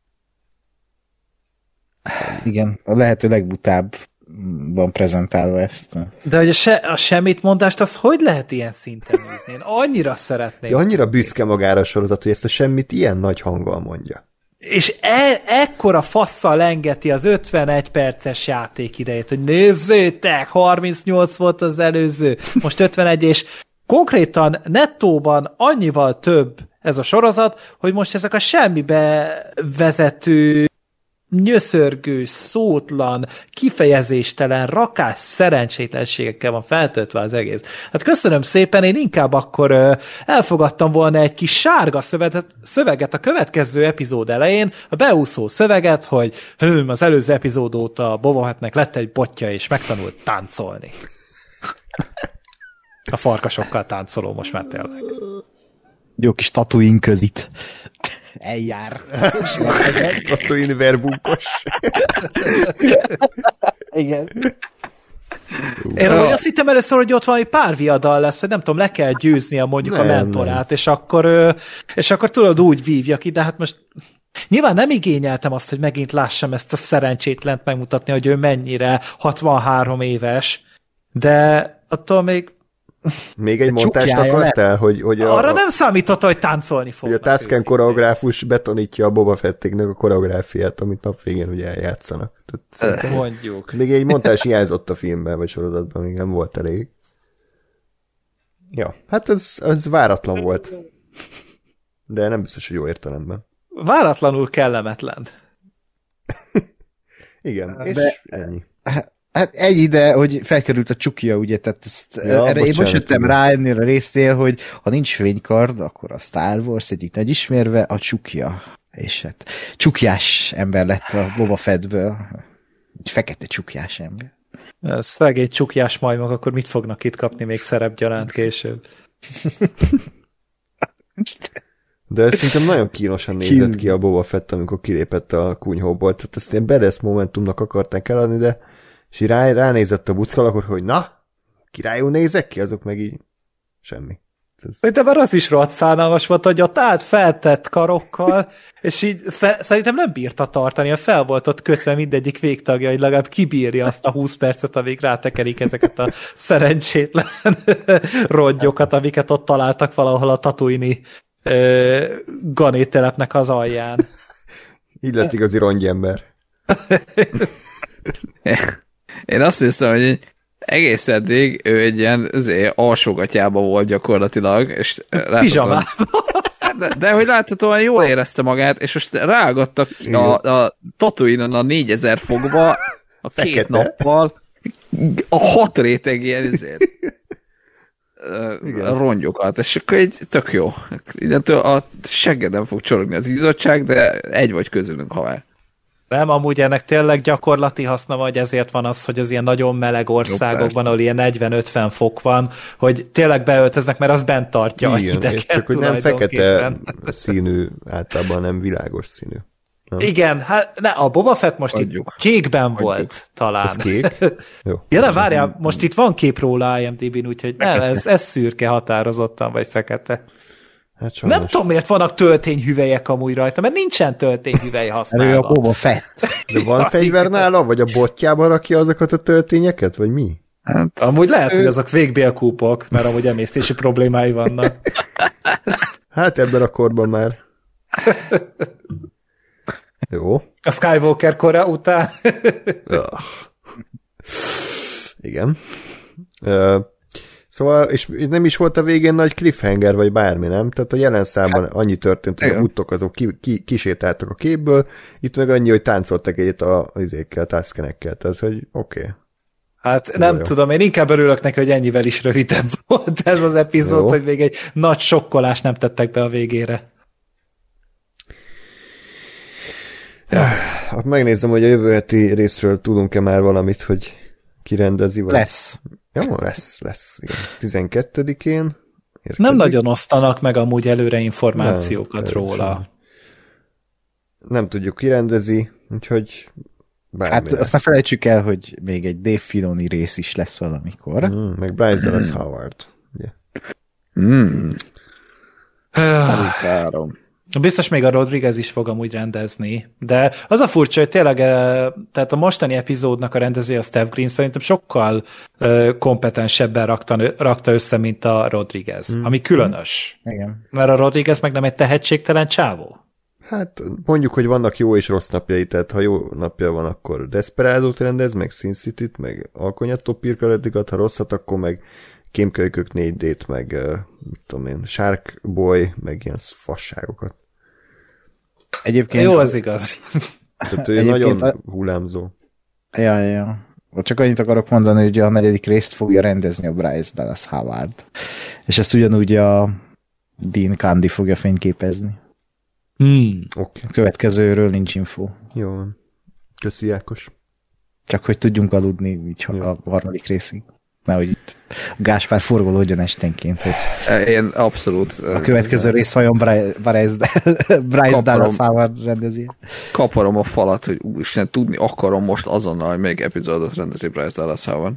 Igen, a lehető legbutábban prezentálva ezt. De hogy a, se, a semmit mondást, az hogy lehet ilyen szinten űzni? Én annyira szeretném. De annyira büszke magára a sorozat, hogy ezt a semmit ilyen nagy hanggal mondja. És e, ekkora fasszal engeti az ötvenegy perces játék idejét, hogy nézzétek, harmincnyolc volt az előző, most ötvenegy, és konkrétan nettóban annyival több ez a sorozat, hogy most ezek a semmibe vezető, nyöszörgő, szótlan, kifejezéstelen, rakás szerencsétlenségekkel van feltöltve az egész. Hát köszönöm szépen, én inkább akkor ö, elfogadtam volna egy kis sárga szöveget, szöveget a következő epizód elején, a beúszó szöveget, hogy hőm, az előző epizód óta Boba Fettnek lett egy botja, és megtanult táncolni. A farkasokkal táncoló most már tényleg. Jó kis Tatooine közit. Eljár. Tatooine verbunkos. Igen. Én uh. azt hittem először, hogy ott valami párviadal lesz, hogy nem tudom, le kell győznie mondjuk nem, a mentorát, és akkor, és akkor tudod úgy vívja ki, de hát most nyilván nem igényeltem azt, hogy megint lássam ezt a szerencsétlent megmutatni, hogy ő mennyire hatvanhárom éves, de attól még Még egy montást akartál, hogy, hogy a, arra nem számította, hogy táncolni fog. Hogy a Tusken koreográfus betanítja a Boba Fettéknek a koreográfiát, amit nap végén ugye eljátszanak. Tehát mondjuk. Még egy montás hiányzott a filmben, vagy sorozatban, még nem volt elég. Ja, hát ez, ez váratlan volt. De nem biztos, hogy jó értelemben. Váratlanul kellemetlen. Igen, de, és ennyi. Hát egy ide, hogy felkerült a csukja, ugye, tehát ezt, ja, erre bocsánat, én most jöttem igen. rá ennél a résznél, hogy ha nincs fénykard, akkor a Star Wars egyik nagy ismérve a csukja. És hát csukjás ember lett a Boba Fettből. Egy fekete csukjás ember. Szegény csukjás majmok, akkor mit fognak itt kapni még szerepgyaránt később? De szerintem nagyon kínosan nézett ki a Boba Fett, amikor kilépett a kunyhóból. Tehát ezt ilyen badass momentumnak akarták eladni, de és így rá, ránézett a buckalakor, hogy na, királyul nézek ki, azok meg így semmi. Ez... De már az is rohadt szánalmas volt, hogy ott állt feltett karokkal, és így szerintem nem bírta tartani, a fel volt ott kötve mindegyik végtagja, hogy legalább kibírja azt a húsz percet, amíg rátekerik ezeket a szerencsétlen rongyokat, amiket ott találtak valahol a Tatooine-i ganételepnek az alján. Így lett igazi rongyember. Én azt hiszem, hogy egész eddig ő egy ilyen alsógatyában volt gyakorlatilag, és pizsamában. De, de hogy láthatóan jól érezte magát, és most ráagadtak a, a Tatooine-on a négyezer fokba a két Fekete. nappal a hat réteg ilyen ezért rongyokat, és akkor egy tök jó. Innentől a seggeden fog csorogni az izzadság, de egy vagy közülünk, haver. Nem, amúgy ennek tényleg gyakorlati haszna, vagy ezért van az, hogy az ilyen nagyon meleg országokban, ahol ilyen negyven-ötven fok van, hogy tényleg beöltöznek, mert az bent tartja a hideget. Csak hogy nem fekete színű, általában nem világos színű. Nem? Igen, hát ne, a Boba Fett most Adjuk. itt kékben Adjuk. volt talán. Ez kék? Jó. Ja, ne, várjál, most itt van kép róla I M D B-n, úgyhogy nem, ez, ez szürke határozottan, vagy fekete. Hát nem tudom, miért vannak töltényhüvelyek amúgy rajta, mert nincsen töltényhüvely használva. Erő a Boba Fett. De van fegyver nála, vagy a botjában rakja azokat a töltényeket, vagy mi? Hát, amúgy lehet, ő... hogy azok végbélkúpok, mert amúgy emésztési problémái vannak. Hát ebben a korban már. Jó. A Skywalker kora után. Ah. Igen. Uh, szóval, és nem is volt a végén nagy cliffhanger, vagy bármi, nem? Tehát a jelen számban hát, annyi történt, hogy a mutok azok ki, ki, kisétáltak a képből, itt meg annyi, hogy táncoltak egyet a izékkel, Tuskenekkel, tehát, hogy oké. Okay. Hát nem jó. Tudom, én inkább örülök neki, hogy ennyivel is rövidebb volt ez az epizód, jó. Hogy még egy nagy sokkolást nem tettek be a végére. Ja, megnézem, hogy a jövő heti részről tudunk-e már valamit, hogy kirendezi, vagy... Lesz. Jó, lesz, lesz. Igen. tizenkettedikén érkezik. Nem nagyon osztanak meg amúgy előre információkat nem, róla. Sem. Nem tudjuk, kirendezi, úgyhogy bármire. Hát azt ne felejtsük el, hogy még egy Dave Filoni rész is lesz valamikor. Mm, meg Bryce Dallas mm. Howard. Yeah. Mm. Várom. Biztos még a Rodriguez is fog amúgy rendezni, de az a furcsa, hogy tényleg tehát a mostani epizódnak a rendezője, a Steph Green szerintem sokkal kompetensebben rakta, rakta össze, mint a Rodriguez, mm. ami különös. Igen. Mert a Rodriguez meg nem egy tehetségtelen csávó. Hát mondjuk, hogy vannak jó és rossz napjai, tehát ha jó napja van, akkor Desperado-t rendez, meg Sin City-t, meg Alkonyattó Pirkaletikat, ha rosszat, akkor meg Kémkölykök négy dét, meg mit tudom én, Shark Boy, meg ilyen fasságokat. Egyébként... Jó, az igaz. Tehát nagyon a... hullámzó. Ja, ja. Csak annyit akarok mondani, hogy a negyedik részt fogja rendezni a Bryce Dallas Howard. És ezt ugyanúgy a Dean Candy fogja fényképezni. Hmm. Okay. A következőről nincs info. Jó. Köszi, Ákos. Csak hogy tudjunk aludni így a harmadik részig. Nehogy itt Gáspár forgolódjon esténként. Hogy én abszolút... A következő rész vajon Bryce Dallas Howard rendezi. Kaparom a falat, hogy úristen, tudni akarom most azonnal, hogy még epizódot rendezi Bryce Dallas Howard.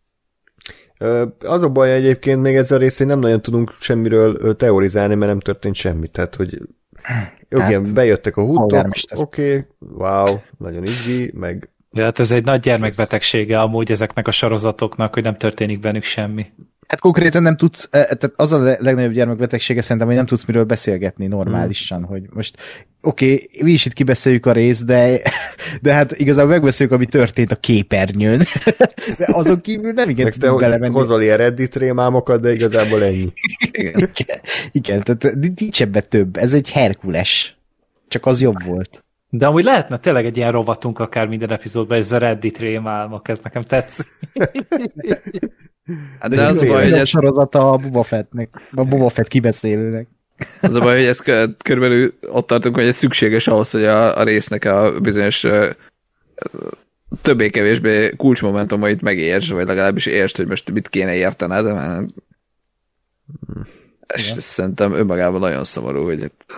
Az a baj egyébként még ezzel a részén nem nagyon tudunk semmiről teorizálni, mert nem történt semmi. Tehát, hogy igen, hát, bejöttek a hútok, oké, okay, wow, nagyon izgi, meg ja, hát ez egy nagy gyermekbetegsége amúgy ezeknek a sorozatoknak, hogy nem történik bennük semmi. Hát konkrétan nem tudsz, tehát az a legnagyobb gyermekbetegsége szerintem, hogy nem tudsz miről beszélgetni normálisan, hmm. hogy most oké, okay, mi is itt kibeszéljük a részt, de, de hát igazából megbeszéljük, ami történt a képernyőn. De azon kívül nem igen tudunk belemenni. Hozol ilyen Reddit rémámokat, de igazából ennyi. Igen, igen, tehát nincs ebbe több. Ez egy Herkules. Csak az jobb volt. De amúgy lehetne tényleg egy ilyen rovatunk akár minden epizódban, ez a Reddit rémálmak, ez nekem tetszik. Hát de, de az, az a baj, hogy ez... sorozata a Boba Fettnek, a Boba Fett kibeszélőnek. Az a baj, hogy ez körülbelül ott tartunk, hogy ez szükséges ahhoz, hogy a, a résznek a bizonyos többé-kevésbé kulcsmomentumait megérts, vagy legalábbis értsd, hogy most mit kéne értened, de már ez szerintem önmagában nagyon szomorú, hogy itt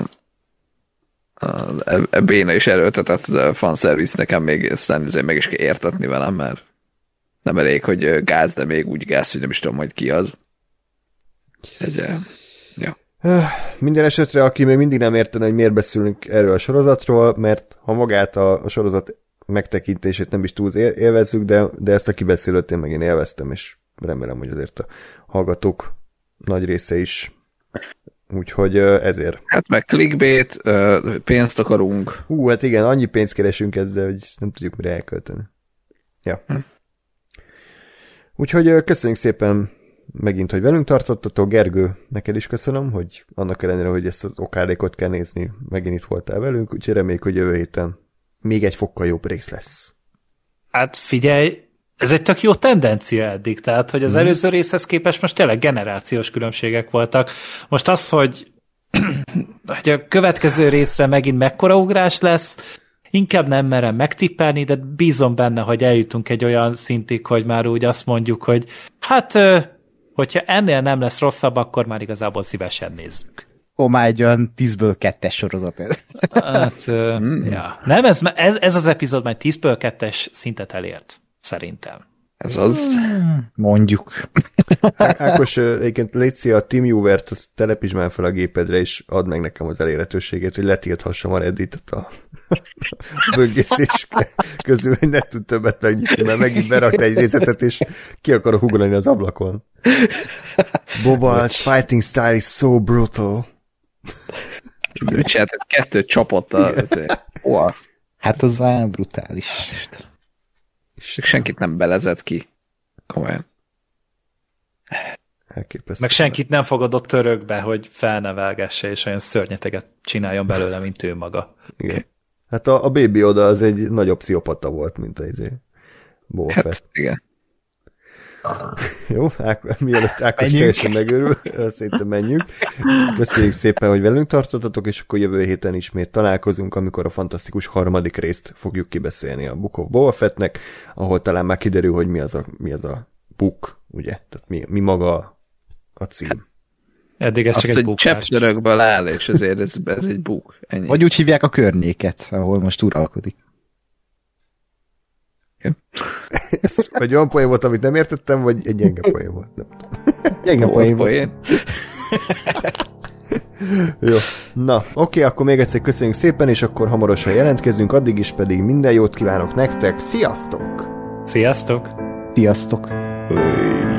a béna is erőltetett fanszervisz nekem még aztán meg is kell értetni velem, mert nem elég, hogy gáz, de még úgy gáz, hogy nem is tudom, hogy ki az. Egy, ja. Minden esetre, aki még mindig nem értene, hogy miért beszélünk erről a sorozatról, mert ha magát a, a sorozat megtekintését nem is túl élvezzük, de, de ezt a kibeszélőt én meg én élveztem, és remélem, hogy azért a hallgatók nagy része is. Úgyhogy ezért. Hát meg clickbait, pénzt akarunk. Hú, hát igen, annyi pénzt keresünk ezzel, hogy nem tudjuk mire elkölteni. Ja. Hm. Úgyhogy köszönjük szépen megint, hogy velünk tartottatok. Gergő, neked is köszönöm, hogy annak ellenére, hogy ezt az okádékot kell nézni, megint itt voltál velünk, úgyhogy reméljük, hogy jövő héten még egy fokkal jobb rész lesz. Hát figyelj, ez egy tök jó tendencia eddig, tehát, hogy az hmm. előző részhez képest most tényleg generációs különbségek voltak. Most az, hogy, hogy a következő részre megint mekkora ugrás lesz, inkább nem merem megtippelni, de bízom benne, hogy eljutunk egy olyan szintig, hogy már úgy azt mondjuk, hogy hát, hogyha ennél nem lesz rosszabb, akkor már igazából szívesen nézzük. Ó, már egy olyan tízből kettes sorozat ez. Hát, mm. ja. Nem, ez, ez, ez az epizód már tízből kettes szintet elért, szerintem. Ez az... Mondjuk. Ákos, egyébként légy a TeamViewer-t, azt telepítsd már fel a gépedre, és add meg nekem az elérhetőségét, hogy letilthassam a Redditet a böngészés közül, hogy ne tud többet megnyitni, mert megint berakta egy részletet, és ki akarok ugrani az ablakon. Boba's fighting style is so brutal. Mit csinált, kettőt csapott a... Hát az már brutális. És senkit nem belezett ki. Komolyan. Elképesztő. Meg senkit nem fogadott törökbe, hogy felnevelgesse, és olyan szörnyeteget csináljon belőle, mint ő maga. Igen. Hát a, a Baby Yoda az egy nagyobb pszichopata volt, mint az izé. Boba Hát, Fett. igen. Jó, Ák- mielőtt Ákos teljesen megőrül, szerintem menjünk. Köszönjük szépen, hogy velünk tartottatok, és akkor jövő héten ismét találkozunk, amikor a fantasztikus harmadik részt fogjuk kibeszélni a Book of Boba Fettnek, ahol talán már kiderül, hogy mi az a, mi az a book, ugye? Tehát mi, mi maga a cím. Eddig ez Azt, csak egy hogy bukás. chapterekből áll, és ezért ez, ez egy book. Ennyi. Vagy úgy hívják a környéket, ahol most uralkodik. Ez egy olyan poén volt, amit nem értettem, vagy egy gyenge poén volt? Nem tudom. Gyenge poén volt. Poén. Jó. Na, oké, akkor még egyszer köszönjük szépen, és akkor hamarosan jelentkezünk, addig is pedig minden jót kívánok nektek. Sziasztok! Sziasztok! Sziasztok! Hey.